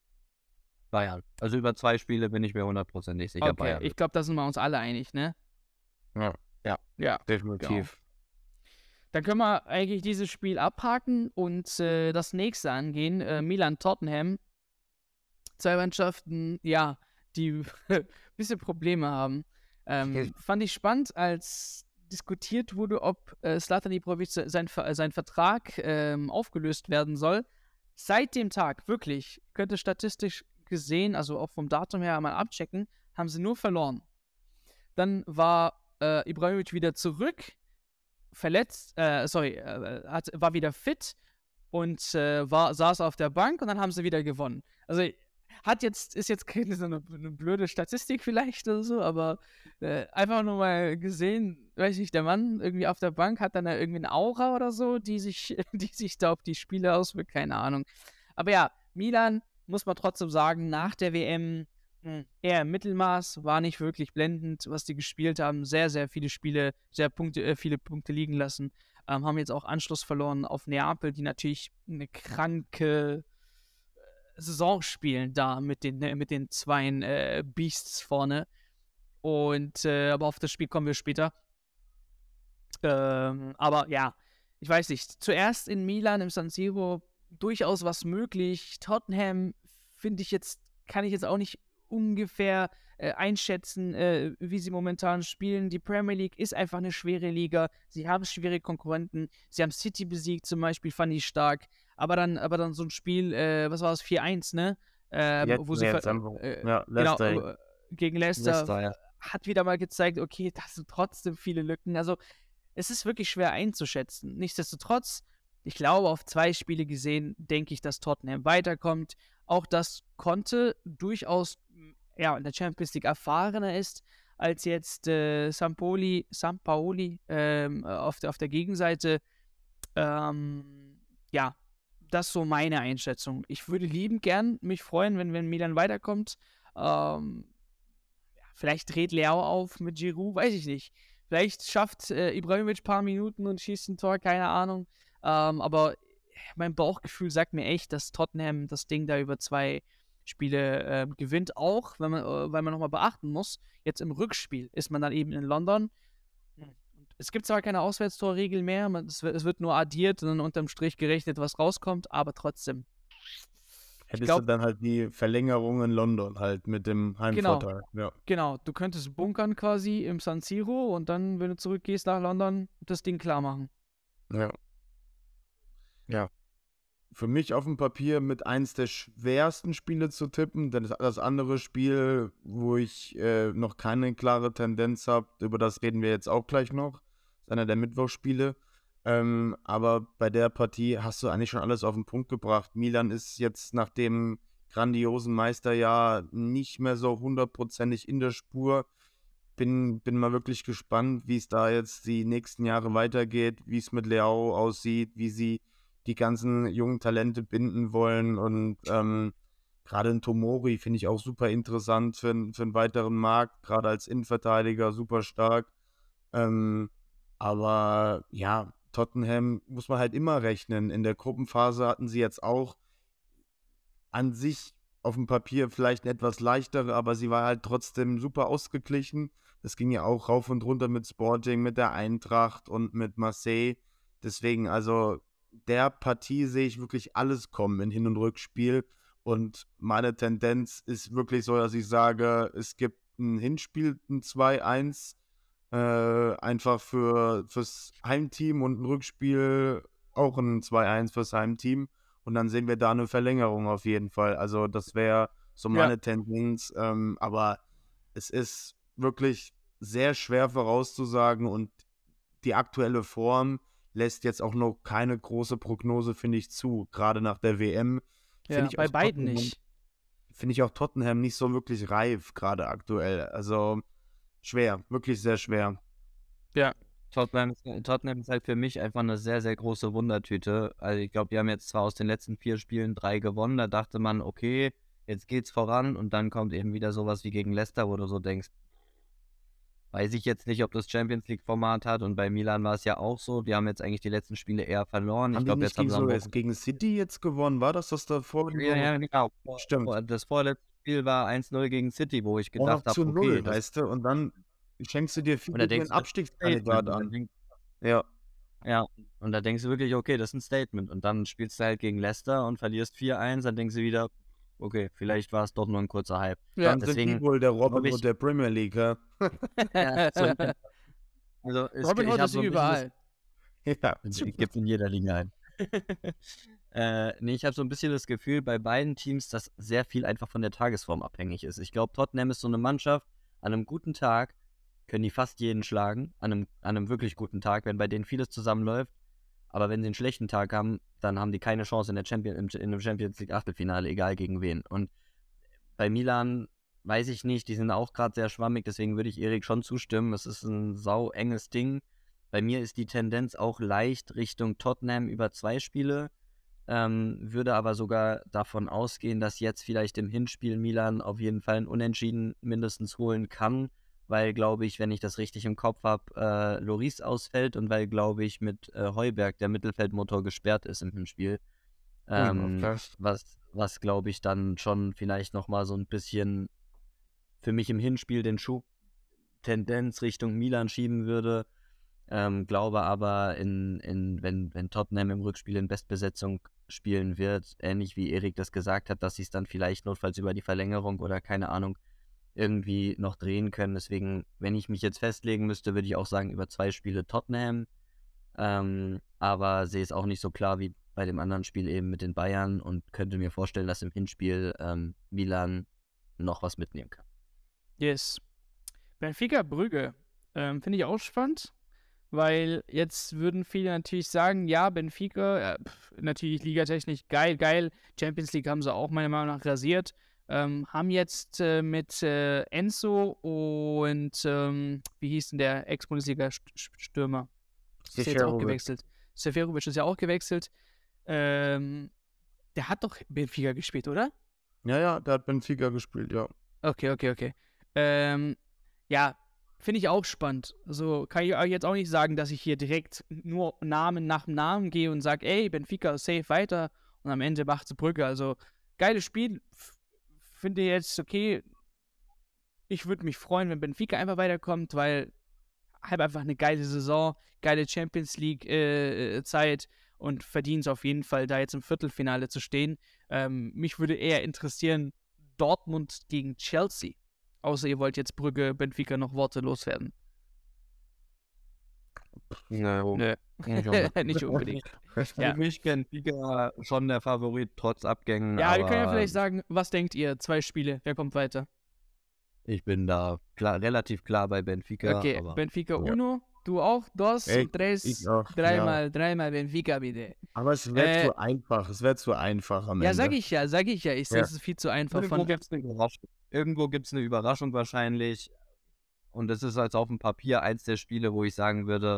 Speaker 4: Bayern. Also über zwei Spiele bin ich mir hundertprozentig sicher,
Speaker 2: Okay,
Speaker 4: Bayern.
Speaker 2: ich glaube, da sind wir uns alle einig, ne?
Speaker 3: Ja,
Speaker 2: Ja,
Speaker 3: definitiv.
Speaker 2: dann können wir eigentlich dieses Spiel abhaken und äh, das nächste angehen. Äh, Milan-Tottenham. Zwei Mannschaften, ja, die ein bisschen Probleme haben. Ähm, fand ich spannend, als diskutiert wurde, ob äh, Zlatan Ibrahimovic se- sein, Ver- sein Vertrag ähm, aufgelöst werden soll. Seit dem Tag, wirklich, könnte statistisch gesehen, also auch vom Datum her mal abchecken, haben sie nur verloren. Dann war äh, Ibrahimovic wieder zurück, verletzt, äh, sorry, äh, hat, war wieder fit und äh, war, saß auf der Bank und dann haben sie wieder gewonnen. Also hat jetzt, ist jetzt keine so eine, eine blöde Statistik vielleicht oder so, aber äh, einfach nur mal gesehen, weiß ich, der Mann irgendwie auf der Bank hat dann da irgendwie eine Aura oder so, die sich, die sich da auf die Spiele auswirkt, keine Ahnung. Aber ja, Milan, muss man trotzdem sagen, nach der W M mh, eher im Mittelmaß, war nicht wirklich blendend, was die gespielt haben. Sehr, sehr viele Spiele, sehr Punkte, äh, viele Punkte liegen lassen. Ähm, haben jetzt auch Anschluss verloren auf Neapel, die natürlich eine kranke äh, Saison spielen da mit den, äh, mit den zwei äh, Beasts vorne. Und äh, aber auf das Spiel kommen wir später. Ähm, aber ja, ich weiß nicht. Zuerst in Milan im San Siro durchaus was möglich. Tottenham finde ich jetzt, kann ich jetzt auch nicht ungefähr äh, einschätzen, äh, wie sie momentan spielen. Die Premier League ist einfach eine schwere Liga. Sie haben schwere Konkurrenten. Sie haben City besiegt zum Beispiel, fand ich stark. Aber dann, aber dann so ein Spiel, äh, was war es, vier eins, ne? Äh,
Speaker 3: Jetzt,
Speaker 2: wo sie
Speaker 3: jetzt
Speaker 2: ver-
Speaker 3: einfach,
Speaker 2: äh,
Speaker 3: ja,
Speaker 2: genau,
Speaker 3: Leicester.
Speaker 2: äh, gegen Leicester,
Speaker 4: Leicester, ja.
Speaker 2: hat wieder mal gezeigt, okay, das sind trotzdem viele Lücken. Also es ist wirklich schwer einzuschätzen. Nichtsdestotrotz, ich glaube, auf zwei Spiele gesehen, denke ich, dass Tottenham weiterkommt. Auch das konnte durchaus ja, in der Champions League erfahrener ist als jetzt äh, Sampoli, Sampaoli ähm, auf, der, auf der Gegenseite. Ähm, ja, das ist so meine Einschätzung. Ich würde liebend gern mich freuen, wenn, wenn Milan weiterkommt. Ähm, ja, vielleicht dreht Leao auf mit Giroud, weiß ich nicht. Vielleicht schafft äh, Ibrahimovic ein paar Minuten und schießt ein Tor, keine Ahnung. Ähm, aber mein Bauchgefühl sagt mir echt, dass Tottenham das Ding da über zwei Spiele äh, gewinnt. Auch, wenn man, äh, weil man nochmal beachten muss, jetzt im Rückspiel ist man dann eben in London. Es gibt zwar keine Auswärtstorregel mehr, man, es, wird, es wird nur addiert und dann unterm Strich gerechnet, was rauskommt, aber trotzdem.
Speaker 3: Hättest
Speaker 2: glaub-
Speaker 3: du dann halt die Verlängerung in London halt mit dem Heimvorteil. Ja.
Speaker 2: Genau, du könntest bunkern quasi im San Siro und dann, wenn du zurückgehst nach London, das Ding klar machen.
Speaker 3: Ja.
Speaker 4: Ja.
Speaker 3: Für mich auf dem Papier mit eins der schwersten Spiele zu tippen, denn das, das andere Spiel, wo ich äh, noch keine klare Tendenz habe, über das reden wir jetzt auch gleich noch, ist einer der Mittwochsspiele. Ähm, aber bei der Partie hast du eigentlich schon alles auf den Punkt gebracht. Milan ist jetzt nach dem grandiosen Meisterjahr nicht mehr so hundertprozentig in der Spur. Bin, bin mal wirklich gespannt, wie es da jetzt die nächsten Jahre weitergeht, wie es mit Leao aussieht, wie sie die ganzen jungen Talente binden wollen. Und ähm, gerade in Tomori finde ich auch super interessant für, für einen weiteren Markt, gerade als Innenverteidiger super stark. Ähm, aber ja, Tottenham muss man halt immer rechnen. In der Gruppenphase hatten sie jetzt auch an sich auf dem Papier vielleicht eine etwas leichtere, aber sie war halt trotzdem super ausgeglichen. Das ging ja auch rauf und runter mit Sporting, mit der Eintracht und mit Marseille. Deswegen, also der Partie sehe ich wirklich alles kommen in Hin- und Rückspiel. Und meine Tendenz ist wirklich so, dass ich sage, es gibt ein Hinspiel, ein zwei eins, äh, einfach für, fürs Heimteam und ein Rückspiel auch ein zwei eins fürs Heimteam. Und dann sehen wir da eine Verlängerung auf jeden Fall. Also das wäre so meine
Speaker 2: Ja.
Speaker 3: Tendenz. Ähm, aber es ist wirklich sehr schwer vorauszusagen und die aktuelle Form lässt jetzt auch noch keine große Prognose, finde ich, zu. Gerade nach der W M.
Speaker 2: Ja,
Speaker 3: Finde ich
Speaker 2: bei
Speaker 3: auch
Speaker 2: beiden
Speaker 3: Tottenham-
Speaker 2: nicht.
Speaker 3: Finde ich auch Tottenham nicht so wirklich reif, gerade aktuell. Also schwer, wirklich sehr schwer.
Speaker 2: Ja,
Speaker 4: Tottenham ist, Tottenham ist halt für mich einfach eine sehr, sehr große Wundertüte. Also ich glaube, die haben jetzt zwar aus den letzten vier Spielen drei gewonnen, da dachte man, okay, jetzt geht's voran und dann kommt eben wieder sowas wie gegen Leicester, wo du so denkst, weiß ich jetzt nicht, ob das Champions League-Format hat, und bei Milan war es ja auch so, die haben jetzt eigentlich die letzten Spiele eher verloren. Ich
Speaker 3: Haben die
Speaker 4: glaube,
Speaker 3: nicht
Speaker 4: jetzt haben
Speaker 3: gegen,
Speaker 4: sie am
Speaker 3: so,
Speaker 4: Wochenende-
Speaker 3: jetzt gegen City jetzt gewonnen? War das das davor?
Speaker 4: Ja, ja, genau. Vor-
Speaker 3: Stimmt.
Speaker 4: vor- Das vorletzte Spiel war eins null gegen City, wo ich
Speaker 3: Auch noch
Speaker 4: gedacht
Speaker 3: zu
Speaker 4: habe,
Speaker 3: null,
Speaker 4: okay, das,
Speaker 3: weißt du? Und dann schenkst du dir viel
Speaker 4: und da
Speaker 3: gegen
Speaker 4: denkst
Speaker 3: den
Speaker 4: du, das ist ein
Speaker 3: Abstiegskandidat
Speaker 4: Statement. Und
Speaker 3: an.
Speaker 4: dann denk-
Speaker 3: Ja.
Speaker 4: Ja, und da denkst du wirklich, okay, das ist ein Statement. Und dann spielst du halt gegen Leicester und verlierst vier eins, dann denkst du wieder, okay, vielleicht war es doch nur ein kurzer Hype.
Speaker 2: ja.
Speaker 3: Dann sind
Speaker 4: deswegen
Speaker 3: die wohl der
Speaker 4: glaub
Speaker 3: Robin
Speaker 4: ich-
Speaker 3: Hood der Premier League, ja?
Speaker 4: Ja, so, also es,
Speaker 2: Robin
Speaker 4: ich
Speaker 2: Hood
Speaker 4: hab
Speaker 2: ist
Speaker 4: so ein bisschen
Speaker 2: überall.
Speaker 3: Ja.
Speaker 4: das, gibt in jeder Liga ein. äh, nee, ich habe so ein bisschen das Gefühl bei beiden Teams, dass sehr viel einfach von der Tagesform abhängig ist. Ich glaube, Tottenham ist so eine Mannschaft, an einem guten Tag können die fast jeden schlagen, an einem, an einem wirklich guten Tag, wenn bei denen vieles zusammenläuft. Aber wenn sie einen schlechten Tag haben, dann haben die keine Chance in der Champion, im, in einem Champions League Achtelfinale, egal gegen wen. Und bei Milan weiß ich nicht, die sind auch gerade sehr schwammig, deswegen würde ich Erik schon zustimmen. Es ist ein sau enges Ding. Bei mir ist die Tendenz auch leicht Richtung Tottenham über zwei Spiele, ähm, würde aber sogar davon ausgehen, dass jetzt vielleicht im Hinspiel Milan auf jeden Fall ein Unentschieden mindestens holen kann, weil, glaube ich, wenn ich das richtig im Kopf habe, äh, Lloris ausfällt und weil, glaube ich, mit äh, Heuberg der Mittelfeldmotor gesperrt ist im Hinspiel. Ähm,
Speaker 3: okay.
Speaker 4: was, was glaube ich, dann schon vielleicht nochmal so ein bisschen für mich im Hinspiel den Schub Tendenz Richtung Milan schieben würde. Ähm, glaube aber, in, in, wenn, wenn Tottenham im Rückspiel in Bestbesetzung spielen wird, ähnlich wie Erik das gesagt hat, dass sie es dann vielleicht notfalls über die Verlängerung oder keine Ahnung irgendwie noch drehen können. Deswegen, wenn ich mich jetzt festlegen müsste, würde ich auch sagen, über zwei Spiele Tottenham. Ähm, aber sehe es auch nicht so klar wie bei dem anderen Spiel eben mit den Bayern und könnte mir vorstellen, dass im Hinspiel ähm, Milan noch was mitnehmen kann.
Speaker 2: Yes. Benfica Brügge. Ähm, Finde ich auch spannend, weil jetzt würden viele natürlich sagen, ja, Benfica, äh, pf, natürlich ligatechnisch geil, geil. Champions League haben sie auch meiner Meinung nach rasiert. Ähm, haben jetzt äh, mit äh, Enzo und ähm, wie hieß denn der Ex-Bundesliga-Stürmer? Ist jetzt auch
Speaker 3: Seferovic.
Speaker 2: gewechselt. Seferovic ist ja auch gewechselt. Ähm, der hat doch Benfica gespielt, oder?
Speaker 3: Ja, ja, der hat Benfica gespielt, ja.
Speaker 2: Okay, okay, okay. Ähm, ja, finde ich auch spannend. Also kann ich euch jetzt auch nicht sagen, dass ich hier direkt nur Namen nach Namen gehe und sage, ey, Benfica safe weiter und am Ende macht sie Brücke. Also geiles Spiel. F- Finde jetzt okay. Ich würde mich freuen, wenn Benfica einfach weiterkommt, weil halt einfach eine geile Saison, geile Champions League äh, Zeit und verdient es auf jeden Fall, da jetzt im Viertelfinale zu stehen. Ähm, mich würde eher interessieren, Dortmund gegen Chelsea. Außer ihr wollt jetzt Brügge, Benfica noch Worte loswerden.
Speaker 4: No.
Speaker 2: Nö,
Speaker 4: Nicht unbedingt.
Speaker 2: nicht unbedingt. Ja.
Speaker 4: Für mich Benfica schon der Favorit, trotz Abgängen.
Speaker 2: Ja,
Speaker 4: aber
Speaker 2: wir können ja vielleicht sagen, was denkt ihr? Zwei Spiele, wer kommt weiter?
Speaker 4: Ich bin da klar, relativ klar bei Benfica.
Speaker 2: Okay,
Speaker 4: aber
Speaker 2: Benfica
Speaker 3: Ja.
Speaker 2: uno, du auch, dos
Speaker 3: Ey,
Speaker 2: und tres,
Speaker 3: ich auch,
Speaker 2: dreimal, dreimal Benfica bitte.
Speaker 3: Aber es wäre
Speaker 2: Äh,
Speaker 3: zu einfach. Es wäre zu einfach am
Speaker 2: Ja,
Speaker 3: Ende.
Speaker 2: sag ich ja, sag ich ja. Ich sehe,
Speaker 3: Ja.
Speaker 2: es ist viel zu einfach
Speaker 4: Irgendwo
Speaker 2: von.
Speaker 4: gibt es eine Überraschung. Irgendwo gibt's eine Überraschung wahrscheinlich. Und das ist als auf dem Papier eins der Spiele, wo ich sagen würde,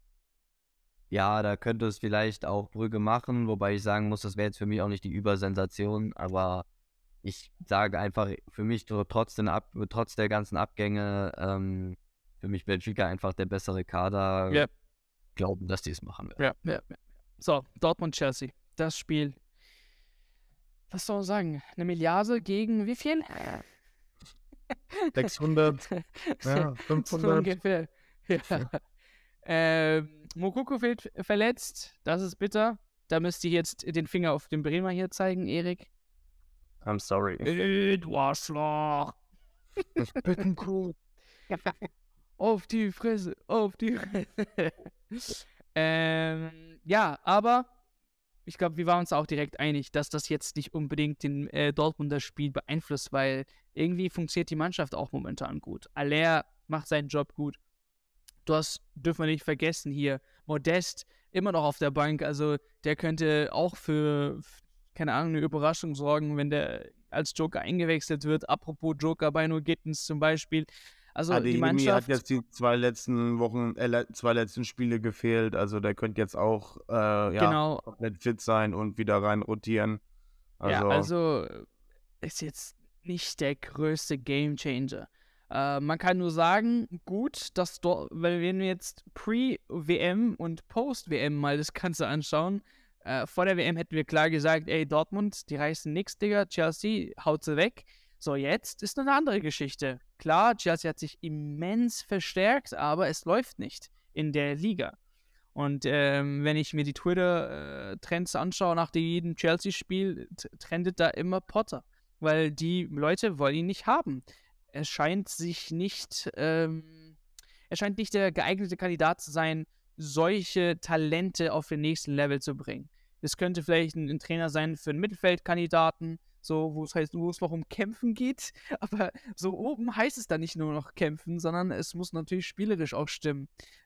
Speaker 4: ja, da könnte es vielleicht auch Brügge machen, wobei ich sagen muss, das wäre jetzt für mich auch nicht die Übersensation, aber ich sage einfach, für mich tr- trotz, den Ab trotz der ganzen Abgänge, ähm, für mich Benfica einfach der bessere Kader,
Speaker 2: Ja,
Speaker 4: glauben, dass die es machen werden.
Speaker 2: ja, ja. ja. So, Dortmund-Chelsea. Das Spiel. Was soll man sagen? Eine Milliarde gegen wie viel?
Speaker 3: sechshundert, ja,
Speaker 2: So
Speaker 3: fünfhundert.
Speaker 2: ungefähr. Ja. Ähm, Mokoko fehlt verletzt. Das ist bitter. Da müsst ihr jetzt den Finger auf den Bremer hier zeigen, Erik.
Speaker 3: I'm sorry.
Speaker 2: Äh, du Arschloch.
Speaker 3: Bittencool.
Speaker 2: Auf die Fresse, auf die Fresse. ähm, ja, aber ich glaube, wir waren uns auch direkt einig, dass das jetzt nicht unbedingt den äh, Dortmunder Spiel beeinflusst, weil irgendwie funktioniert die Mannschaft auch momentan gut. Aller macht seinen Job gut. Du hast, dürfen wir nicht vergessen hier, Modest immer noch auf der Bank, also der könnte auch für, keine Ahnung, eine Überraschung sorgen, wenn der als Joker eingewechselt wird. Apropos Joker bei No Gittens zum Beispiel. Also die
Speaker 3: Adeyemi hat
Speaker 2: Mannschaft,
Speaker 3: jetzt die zwei letzten Wochen, äh, le- zwei letzten Spiele gefehlt. Also der könnte jetzt auch äh, ja,
Speaker 2: genau,
Speaker 3: komplett fit sein und wieder rein rotieren. Also,
Speaker 2: ja, also äh, ist jetzt nicht der größte Gamechanger. Äh, man kann nur sagen, gut, dass dort, weil wenn wir jetzt Pre-W M und Post-W M mal das Ganze anschauen, äh, vor der W M hätten wir klar gesagt, ey, Dortmund, die reißen nix, Digga, Chelsea, haut sie weg. So, jetzt ist eine andere Geschichte. Klar, Chelsea hat sich immens verstärkt, aber es läuft nicht in der Liga. Und ähm, wenn ich mir die Twitter-Trends anschaue nach jedem Chelsea-Spiel, t- trendet da immer Potter. Weil die Leute wollen ihn nicht haben. Er scheint sich nicht, ähm, er scheint nicht der geeignete Kandidat zu sein, solche Talente auf den nächsten Level zu bringen. Das könnte vielleicht ein, ein Trainer sein für einen Mittelfeldkandidaten, so wo es heißt, wo es noch um Kämpfen geht. Aber so oben heißt es dann nicht nur noch kämpfen, sondern es muss natürlich spielerisch auch stimmen.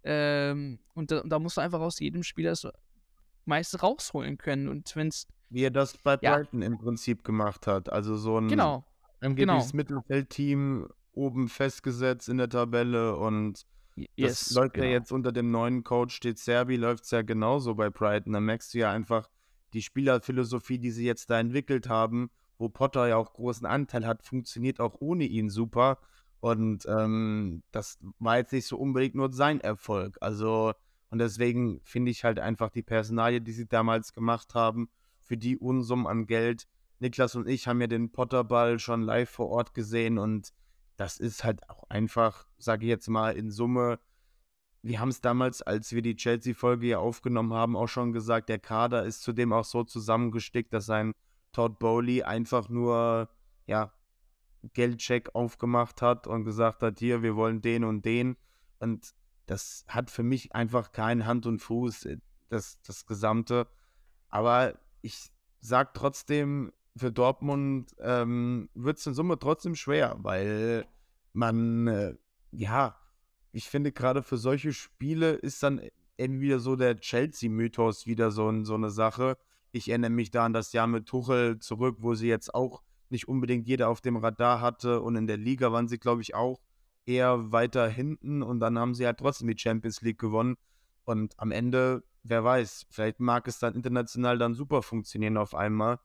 Speaker 2: Ähm, und da, da musst du einfach aus jedem Spieler das meiste rausholen können. Und wenn es,
Speaker 3: wie er das bei
Speaker 2: Ja.
Speaker 3: Brighton im Prinzip gemacht hat. Also so ein
Speaker 2: genau,
Speaker 3: angebliches
Speaker 2: genau.
Speaker 3: Mittelfeldteam oben festgesetzt in der Tabelle und das
Speaker 2: yes,
Speaker 3: läuft
Speaker 2: genau.
Speaker 3: ja jetzt unter dem neuen Coach De Zerbi, läuft es ja genauso bei Brighton. Da merkst du ja einfach die Spielerphilosophie, die sie jetzt da entwickelt haben, wo Potter ja auch großen Anteil hat, funktioniert auch ohne ihn super. Und ähm, das war jetzt nicht so unbedingt nur sein Erfolg. Also, und deswegen finde ich halt einfach die Personalie, die sie damals gemacht haben, für die Unsummen an Geld. Niklas und ich haben ja den Potterball schon live vor Ort gesehen und das ist halt auch einfach, sage ich jetzt mal, in Summe. Wir haben es damals, als wir die Chelsea-Folge hier aufgenommen haben, auch schon gesagt, der Kader ist zudem auch so zusammengestickt, dass ein Todd Bowley einfach nur, ja, Geldcheck aufgemacht hat und gesagt hat, hier, wir wollen den und den. Und das hat für mich einfach keinen Hand und Fuß, äh, das, das Gesamte. Aber ich sag trotzdem, für Dortmund ähm, wird es in Summe trotzdem schwer, weil man, äh, ja, ich finde gerade für solche Spiele ist dann eben wieder so der Chelsea-Mythos wieder so, ein- so eine Sache. Ich erinnere mich da an das Jahr mit Tuchel zurück, wo sie jetzt auch nicht unbedingt jeder auf dem Radar hatte und in der Liga waren sie, glaube ich, auch eher weiter hinten und dann haben sie halt trotzdem die Champions League gewonnen und am Ende, wer weiß, vielleicht mag es dann international dann super funktionieren auf einmal.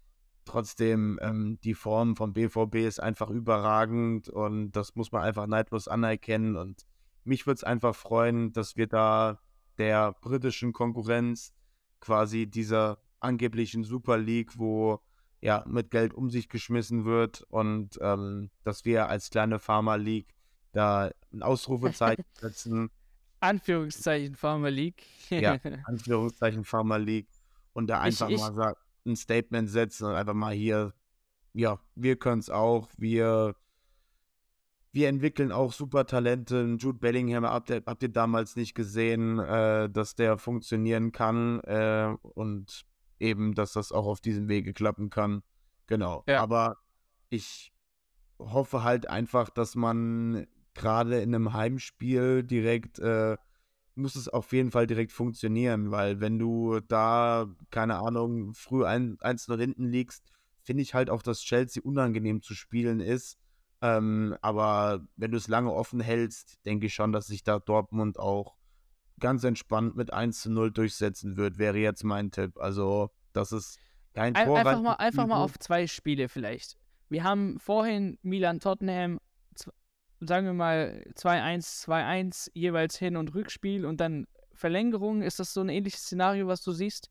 Speaker 3: Trotzdem, ähm, die Form vom B V B ist einfach überragend und das muss man einfach neidlos anerkennen. Und mich würde es einfach freuen, dass wir da der britischen Konkurrenz quasi dieser angeblichen Super League, wo ja mit Geld um sich geschmissen wird und ähm, dass wir als kleine Pharma League da ein Ausrufezeichen setzen
Speaker 2: Anführungszeichen Farmer League.
Speaker 3: Ja, Anführungszeichen Farmer League. Und da
Speaker 2: Ich,
Speaker 3: einfach
Speaker 2: ich,
Speaker 3: mal sa- ein Statement setzen und einfach mal hier, ja, wir können es auch, wir, wir entwickeln auch super Talente. Jude Bellingham habt ihr, habt ihr damals nicht gesehen, äh, dass der funktionieren kann äh, und eben, dass das auch auf diesem Wege klappen kann. Genau.
Speaker 2: ja,
Speaker 3: Aber ich hoffe halt einfach, dass man gerade in einem Heimspiel direkt, äh, muss es auf jeden Fall direkt funktionieren, weil wenn du da, keine Ahnung, früh ein, eins null hinten liegst, finde ich halt auch, dass Chelsea unangenehm zu spielen ist. Ähm, aber wenn du es lange offen hältst, denke ich schon, dass sich da Dortmund auch ganz entspannt mit eins zu null durchsetzen wird, wäre jetzt mein Tipp. Also, das ist kein
Speaker 2: ein, einfach mal,
Speaker 3: torreiches
Speaker 2: einfach
Speaker 3: Spiel
Speaker 2: mal
Speaker 3: wird.
Speaker 2: auf zwei Spiele vielleicht. Wir haben vorhin Milan-Tottenham, z- sagen wir mal zwei eins, zwei eins, jeweils Hin- und Rückspiel und dann Verlängerung. Ist das so ein ähnliches Szenario, was du siehst?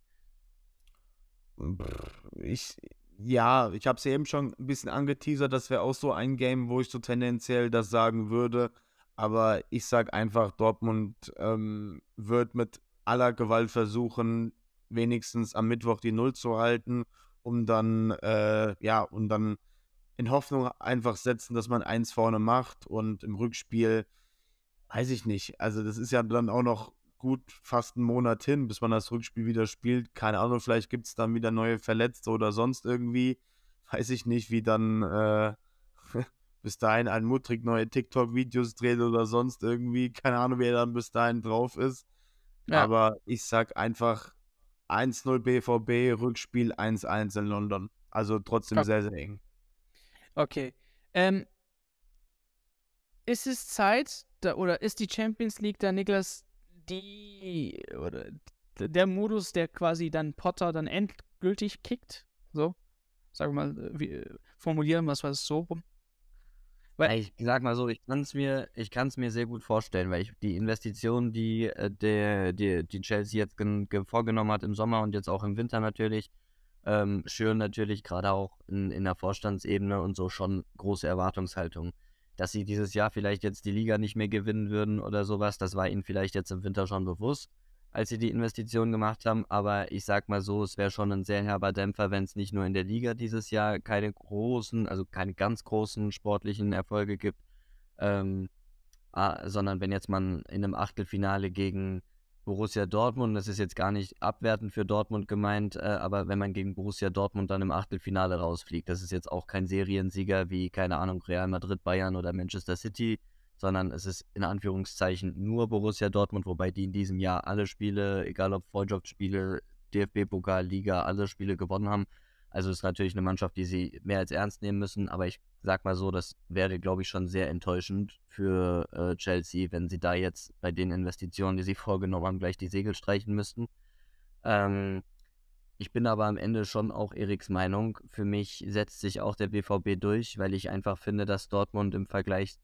Speaker 3: Brr, Ich, ja, ich habe es eben schon ein bisschen angeteasert, das wäre auch so ein Game, wo ich so tendenziell das sagen würde. Aber ich sag einfach, Dortmund ähm, wird mit aller Gewalt versuchen, wenigstens am Mittwoch die Null zu halten, um dann, äh, ja, und dann in Hoffnung einfach setzen, dass man eins vorne macht und im Rückspiel weiß ich nicht. Also, das ist ja dann auch noch gut fast einen Monat hin, bis man das Rückspiel wieder spielt. Keine Ahnung, vielleicht gibt es dann wieder neue Verletzte oder sonst irgendwie. Weiß ich nicht, wie dann äh, bis dahin ein Mutrik neue TikTok-Videos dreht oder sonst irgendwie. Keine Ahnung, wer dann bis dahin drauf ist.
Speaker 2: Ja,
Speaker 3: Aber ich sag einfach eins null B V B, Rückspiel eins eins in London. Also trotzdem
Speaker 2: o-
Speaker 3: sehr, sehr eng.
Speaker 2: okay. Ähm, ist es Zeit, da, oder ist die Champions League da, Niklas, die, oder d- der Modus, der quasi dann Potter dann endgültig kickt? So, sagen wir mal, äh, wie, äh, formulieren wir es so rum. Weil,
Speaker 4: Ja, Ich sag mal so, ich kann es mir, ich kann's mir sehr gut vorstellen, weil ich die Investitionen, die, äh, der, die, die Chelsea jetzt gen, ge, vorgenommen hat im Sommer und jetzt auch im Winter natürlich, ähm, schüren natürlich gerade auch in, in der Vorstandsebene und so schon große Erwartungshaltung. Dass sie dieses Jahr vielleicht jetzt die Liga nicht mehr gewinnen würden oder sowas, das war ihnen vielleicht jetzt im Winter schon bewusst, als sie die Investitionen gemacht haben. Aber ich sag mal so, es wäre schon ein sehr herber Dämpfer, wenn es nicht nur in der Liga dieses Jahr keine großen, also keine ganz großen sportlichen Erfolge gibt, ähm, ah, sondern wenn jetzt man in einem Achtelfinale gegen Borussia Dortmund, das ist jetzt gar nicht abwertend für Dortmund gemeint, äh, aber wenn man gegen Borussia Dortmund dann im Achtelfinale rausfliegt, das ist jetzt auch kein Seriensieger wie, keine Ahnung, Real Madrid, Bayern oder Manchester City, sondern es ist in Anführungszeichen nur Borussia Dortmund, wobei die in diesem Jahr alle Spiele, egal ob Freundschaftsspiele, D F B-Pokal, Liga, alle Spiele gewonnen haben. Also es ist natürlich eine Mannschaft, die sie mehr als ernst nehmen müssen, aber ich sag mal so, das wäre, glaube ich, schon sehr enttäuschend für äh, Chelsea, wenn sie da jetzt bei den Investitionen, die sie vorgenommen haben, gleich die Segel streichen müssten. Ähm, ich bin aber am Ende schon auch Eriks Meinung. Für mich setzt sich auch der B V B durch, weil ich einfach finde, dass Dortmund im Vergleich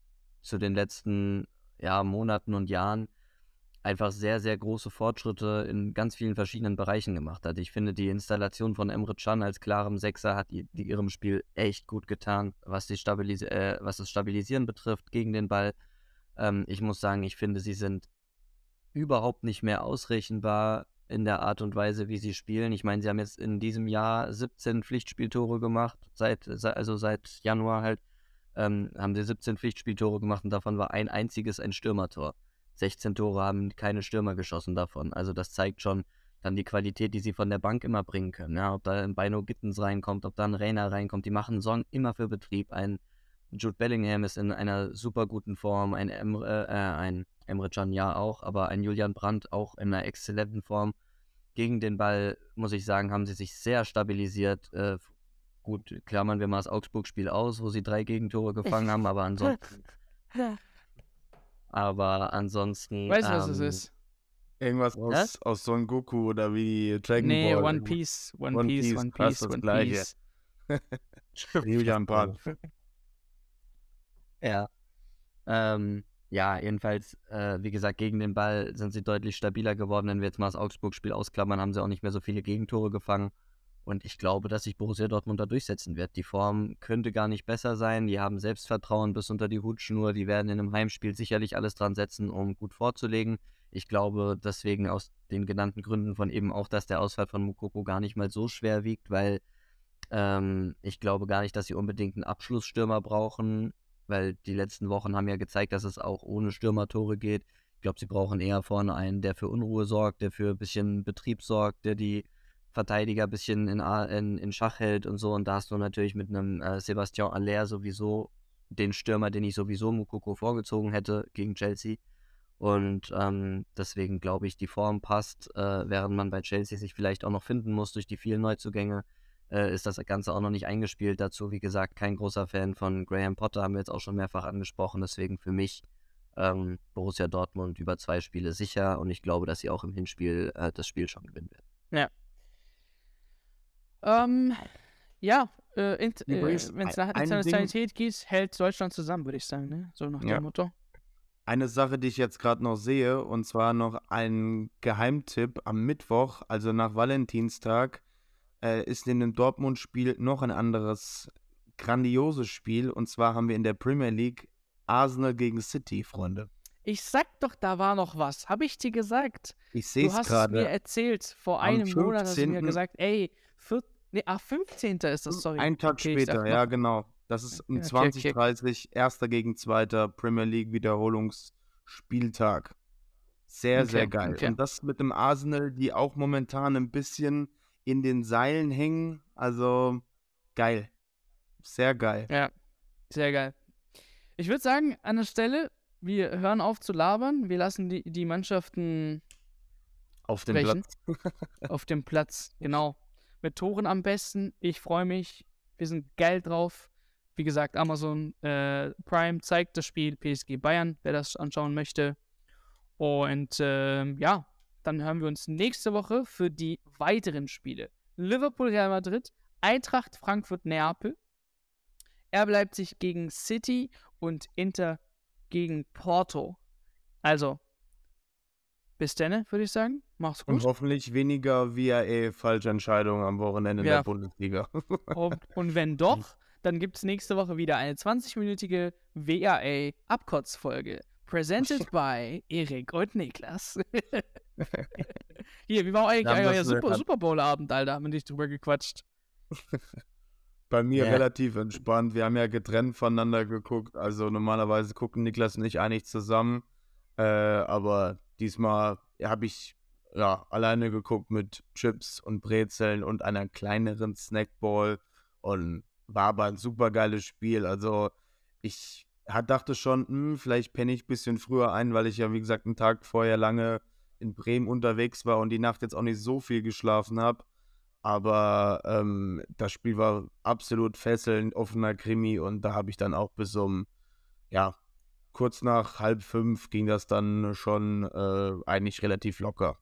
Speaker 4: zu den letzten ja, Monaten und Jahren einfach sehr, sehr große Fortschritte in ganz vielen verschiedenen Bereichen gemacht hat. Ich finde, die Installation von Emre Can als klarem Sechser hat i- die ihrem Spiel echt gut getan, was, die Stabilis äh, was das Stabilisieren betrifft gegen den Ball. Ähm, ich muss sagen, ich finde, sie sind überhaupt nicht mehr ausrechenbar in der Art und Weise, wie sie spielen. Ich meine, sie haben jetzt in diesem Jahr siebzehn Pflichtspieltore gemacht, seit, se- also seit Januar halt, ähm, haben sie siebzehn Pflichtspieltore gemacht und davon war ein einziges ein Stürmertor. sechzehn Tore haben keine Stürmer geschossen davon. Also das zeigt schon dann die Qualität, die sie von der Bank immer bringen können. Ja, ob da ein Bino Gittens reinkommt, ob da ein Reiner reinkommt, die machen Song immer für Betrieb. Ein Jude Bellingham ist in einer super guten Form, ein Emre, äh, ein Emre Can ja auch, aber ein Julian Brandt auch in einer exzellenten Form. Gegen den Ball, muss ich sagen, haben sie sich sehr stabilisiert. Äh, gut, klammern wir mal das Augsburg-Spiel aus, wo sie drei Gegentore gefangen haben, aber ansonsten, aber ansonsten,
Speaker 2: weißt du, was es
Speaker 4: ähm,
Speaker 2: ist?
Speaker 3: Irgendwas
Speaker 4: hä?
Speaker 3: aus, aus Son Goku oder wie Dragon
Speaker 2: Nee,
Speaker 3: Ball.
Speaker 2: One
Speaker 3: irgendwas-
Speaker 2: Piece, One
Speaker 3: One
Speaker 2: Piece,
Speaker 3: Piece,
Speaker 2: One
Speaker 3: fast
Speaker 2: Piece,
Speaker 3: das
Speaker 2: One
Speaker 3: Gleiche.
Speaker 2: Piece.
Speaker 3: Julian Brandt.
Speaker 4: Ja. Ähm, ja, jedenfalls, äh, wie gesagt, gegen den Ball sind sie deutlich stabiler geworden. Wenn wir jetzt mal das Augsburg-Spiel ausklammern, haben sie auch nicht mehr so viele Gegentore gefangen. Und ich glaube, dass sich Borussia Dortmund da durchsetzen wird. Die Form könnte gar nicht besser sein. Die haben Selbstvertrauen bis unter die Hutschnur. Die werden in einem Heimspiel sicherlich alles dran setzen, um gut vorzulegen. Ich glaube deswegen aus den genannten Gründen von eben auch, dass der Ausfall von Moukoko gar nicht mal so schwer wiegt, weil ähm, ich glaube gar nicht, dass sie unbedingt einen Abschlussstürmer brauchen, weil die letzten Wochen haben ja gezeigt, dass es auch ohne Stürmertore geht. Ich glaube, sie brauchen eher vorne einen, der für Unruhe sorgt, der für ein bisschen Betrieb sorgt, der die Verteidiger ein bisschen in, A- in, in Schach hält und so. Und da hast du natürlich mit einem äh, Sebastian Aller sowieso den Stürmer, den ich sowieso Moukoko vorgezogen hätte gegen Chelsea. Und ähm, deswegen glaube ich, die Form passt, äh, während man bei Chelsea sich vielleicht auch noch finden muss durch die vielen Neuzugänge, äh, ist das Ganze auch noch nicht eingespielt. Dazu, wie gesagt, kein großer Fan von Graham Potter, haben wir jetzt auch schon mehrfach angesprochen. Deswegen für mich ähm, Borussia Dortmund über zwei Spiele sicher und ich glaube, dass sie auch im Hinspiel äh, das Spiel schon gewinnen werden.
Speaker 2: Ja. Ähm, ja, äh, int- äh,
Speaker 3: Übrigens,
Speaker 2: wenn es
Speaker 3: ein-
Speaker 2: nach
Speaker 3: ein Ding-
Speaker 2: Internationalität geht, hält Deutschland zusammen, würde ich sagen, ne? So nach
Speaker 3: Ja.
Speaker 2: dem Motto.
Speaker 3: Eine Sache, die ich jetzt gerade noch sehe, und zwar noch ein Geheimtipp am Mittwoch, also nach Valentinstag, äh, ist in dem Dortmund-Spiel noch ein anderes grandioses Spiel. Und zwar haben wir in der Premier League Arsenal gegen City, Freunde.
Speaker 2: Ich sag doch, da war noch was. Habe ich dir gesagt?
Speaker 3: Ich sehe
Speaker 2: Du
Speaker 3: es
Speaker 2: hast es mir
Speaker 3: gerade.
Speaker 2: erzählt. Vor
Speaker 3: am
Speaker 2: einem Monat hast du mir
Speaker 3: fünfzehnten
Speaker 2: gesagt, ey, vier, nee, ach, fünfzehnten ist das, sorry.
Speaker 3: Einen Tag
Speaker 2: Okay, ich
Speaker 3: später,
Speaker 2: dachte
Speaker 3: ja
Speaker 2: noch-
Speaker 3: genau. Das ist um
Speaker 2: Okay, okay,
Speaker 3: zwanzig Uhr
Speaker 2: okay.
Speaker 3: dreißig, erster gegen zweiter Premier League Wiederholungsspieltag. Sehr,
Speaker 2: Okay,
Speaker 3: sehr geil.
Speaker 2: okay.
Speaker 3: Und das mit dem Arsenal, die auch momentan ein bisschen in den Seilen hängen. Also geil. Sehr geil.
Speaker 2: Ja, sehr geil. Ich würde sagen, an der Stelle, wir hören auf zu labern. Wir lassen die, die Mannschaften
Speaker 3: Auf dem
Speaker 2: sprechen.
Speaker 3: Platz.
Speaker 2: auf dem Platz, genau. Mit Toren am besten. Ich freue mich. Wir sind geil drauf. Wie gesagt, Amazon äh, Prime zeigt das Spiel P S G Bayern, wer das anschauen möchte. Und ähm, ja, dann hören wir uns nächste Woche für die weiteren Spiele. Liverpool, Real Madrid, Eintracht Frankfurt, Neapel, R B Leipzig gegen City und Inter gegen Porto. Also, bis dann, würde ich sagen. Mach's
Speaker 3: Und
Speaker 2: gut.
Speaker 3: hoffentlich weniger V A A-Falschentscheidungen am Wochenende in
Speaker 2: Ja.
Speaker 3: der Bundesliga.
Speaker 2: Und, und wenn doch, dann gibt es nächste Woche wieder eine zwanzig-minütige W A A-Abkotz-Folge. Presented by Erik und Niklas. Hier, wie war eigentlich
Speaker 3: Wir haben
Speaker 2: euer
Speaker 3: das,
Speaker 2: Super,
Speaker 3: äh,
Speaker 2: Super Bowl-Abend, Alter? Haben wir nicht drüber gequatscht.
Speaker 3: Bei mir
Speaker 4: Ja.
Speaker 3: relativ entspannt. Wir haben ja getrennt voneinander geguckt. Also normalerweise gucken Niklas und ich eigentlich zusammen. Äh, aber diesmal habe ich ja alleine geguckt mit Chips und Brezeln und einer kleineren Snackball. Und war aber ein super geiles Spiel. Also ich hat, dachte schon, hm, vielleicht penne ich ein bisschen früher ein, weil ich ja, wie gesagt, einen Tag vorher lange in Bremen unterwegs war und die Nacht jetzt auch nicht so viel geschlafen habe. Aber ähm, das Spiel war absolut fesselnd, offener Krimi und da habe ich dann auch bis um, ja, kurz nach halb fünf ging das dann schon äh, eigentlich relativ locker.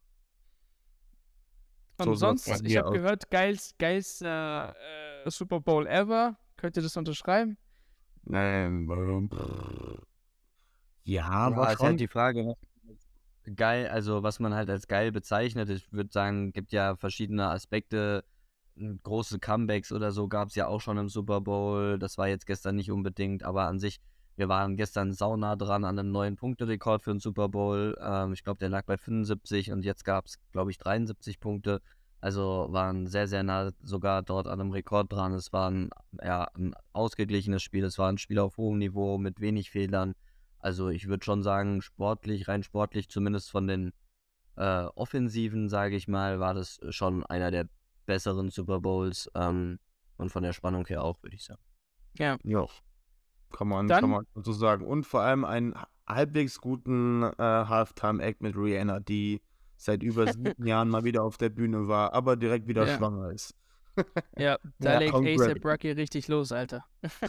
Speaker 2: Und
Speaker 3: So sah's
Speaker 2: sonst,
Speaker 3: bei
Speaker 2: ich
Speaker 3: mir
Speaker 2: habe
Speaker 3: aus.
Speaker 2: gehört, geils, geils äh, äh, Super Bowl ever. Könnt ihr das unterschreiben?
Speaker 3: Ähm, ähm, ja,
Speaker 4: Ja,
Speaker 3: war
Speaker 4: ist
Speaker 3: schon
Speaker 4: halt die Frage, was geil, also was man halt als geil bezeichnet. Ich würde sagen, gibt ja verschiedene Aspekte. N- Große Comebacks oder so gab es ja auch schon im Super Bowl. Das war jetzt gestern nicht unbedingt, aber an sich, wir waren gestern saunah dran an einem neuen Punkterekord für den Super Bowl. Ähm, ich glaube, der lag bei fünfundsiebzig und jetzt gab es, glaube ich, dreiundsiebzig Punkte. Also waren sehr, sehr nah sogar dort an einem Rekord dran. Es war ein, ja, ein ausgeglichenes Spiel. Es war ein Spiel auf hohem Niveau mit wenig Fehlern. Also ich würde schon sagen, sportlich, rein sportlich, zumindest von den äh, Offensiven, sage ich mal, war das schon einer der besseren Super Bowls ähm, und von der Spannung her auch, würde ich sagen.
Speaker 2: Ja.
Speaker 3: ja, kann man,
Speaker 2: Dann-
Speaker 3: kann man so sagen. Und vor allem einen halbwegs guten äh, Halftime-Act mit Rihanna, die seit über sieben Jahren mal wieder auf der Bühne war, aber direkt wieder
Speaker 2: Ja.
Speaker 3: schwanger ist.
Speaker 2: Ja, da
Speaker 3: Ja,
Speaker 2: legt
Speaker 3: congrats.
Speaker 2: A$AP Rocky richtig los, Alter.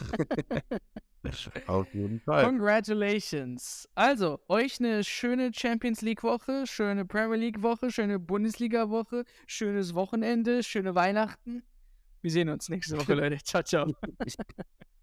Speaker 3: Auf jeden Fall.
Speaker 2: Congratulations. Also, euch eine schöne Champions League Woche, schöne Premier League Woche, schöne Bundesliga Woche, schönes Wochenende, schöne Weihnachten. Wir sehen uns nächste Woche, Leute. Ciao, ciao.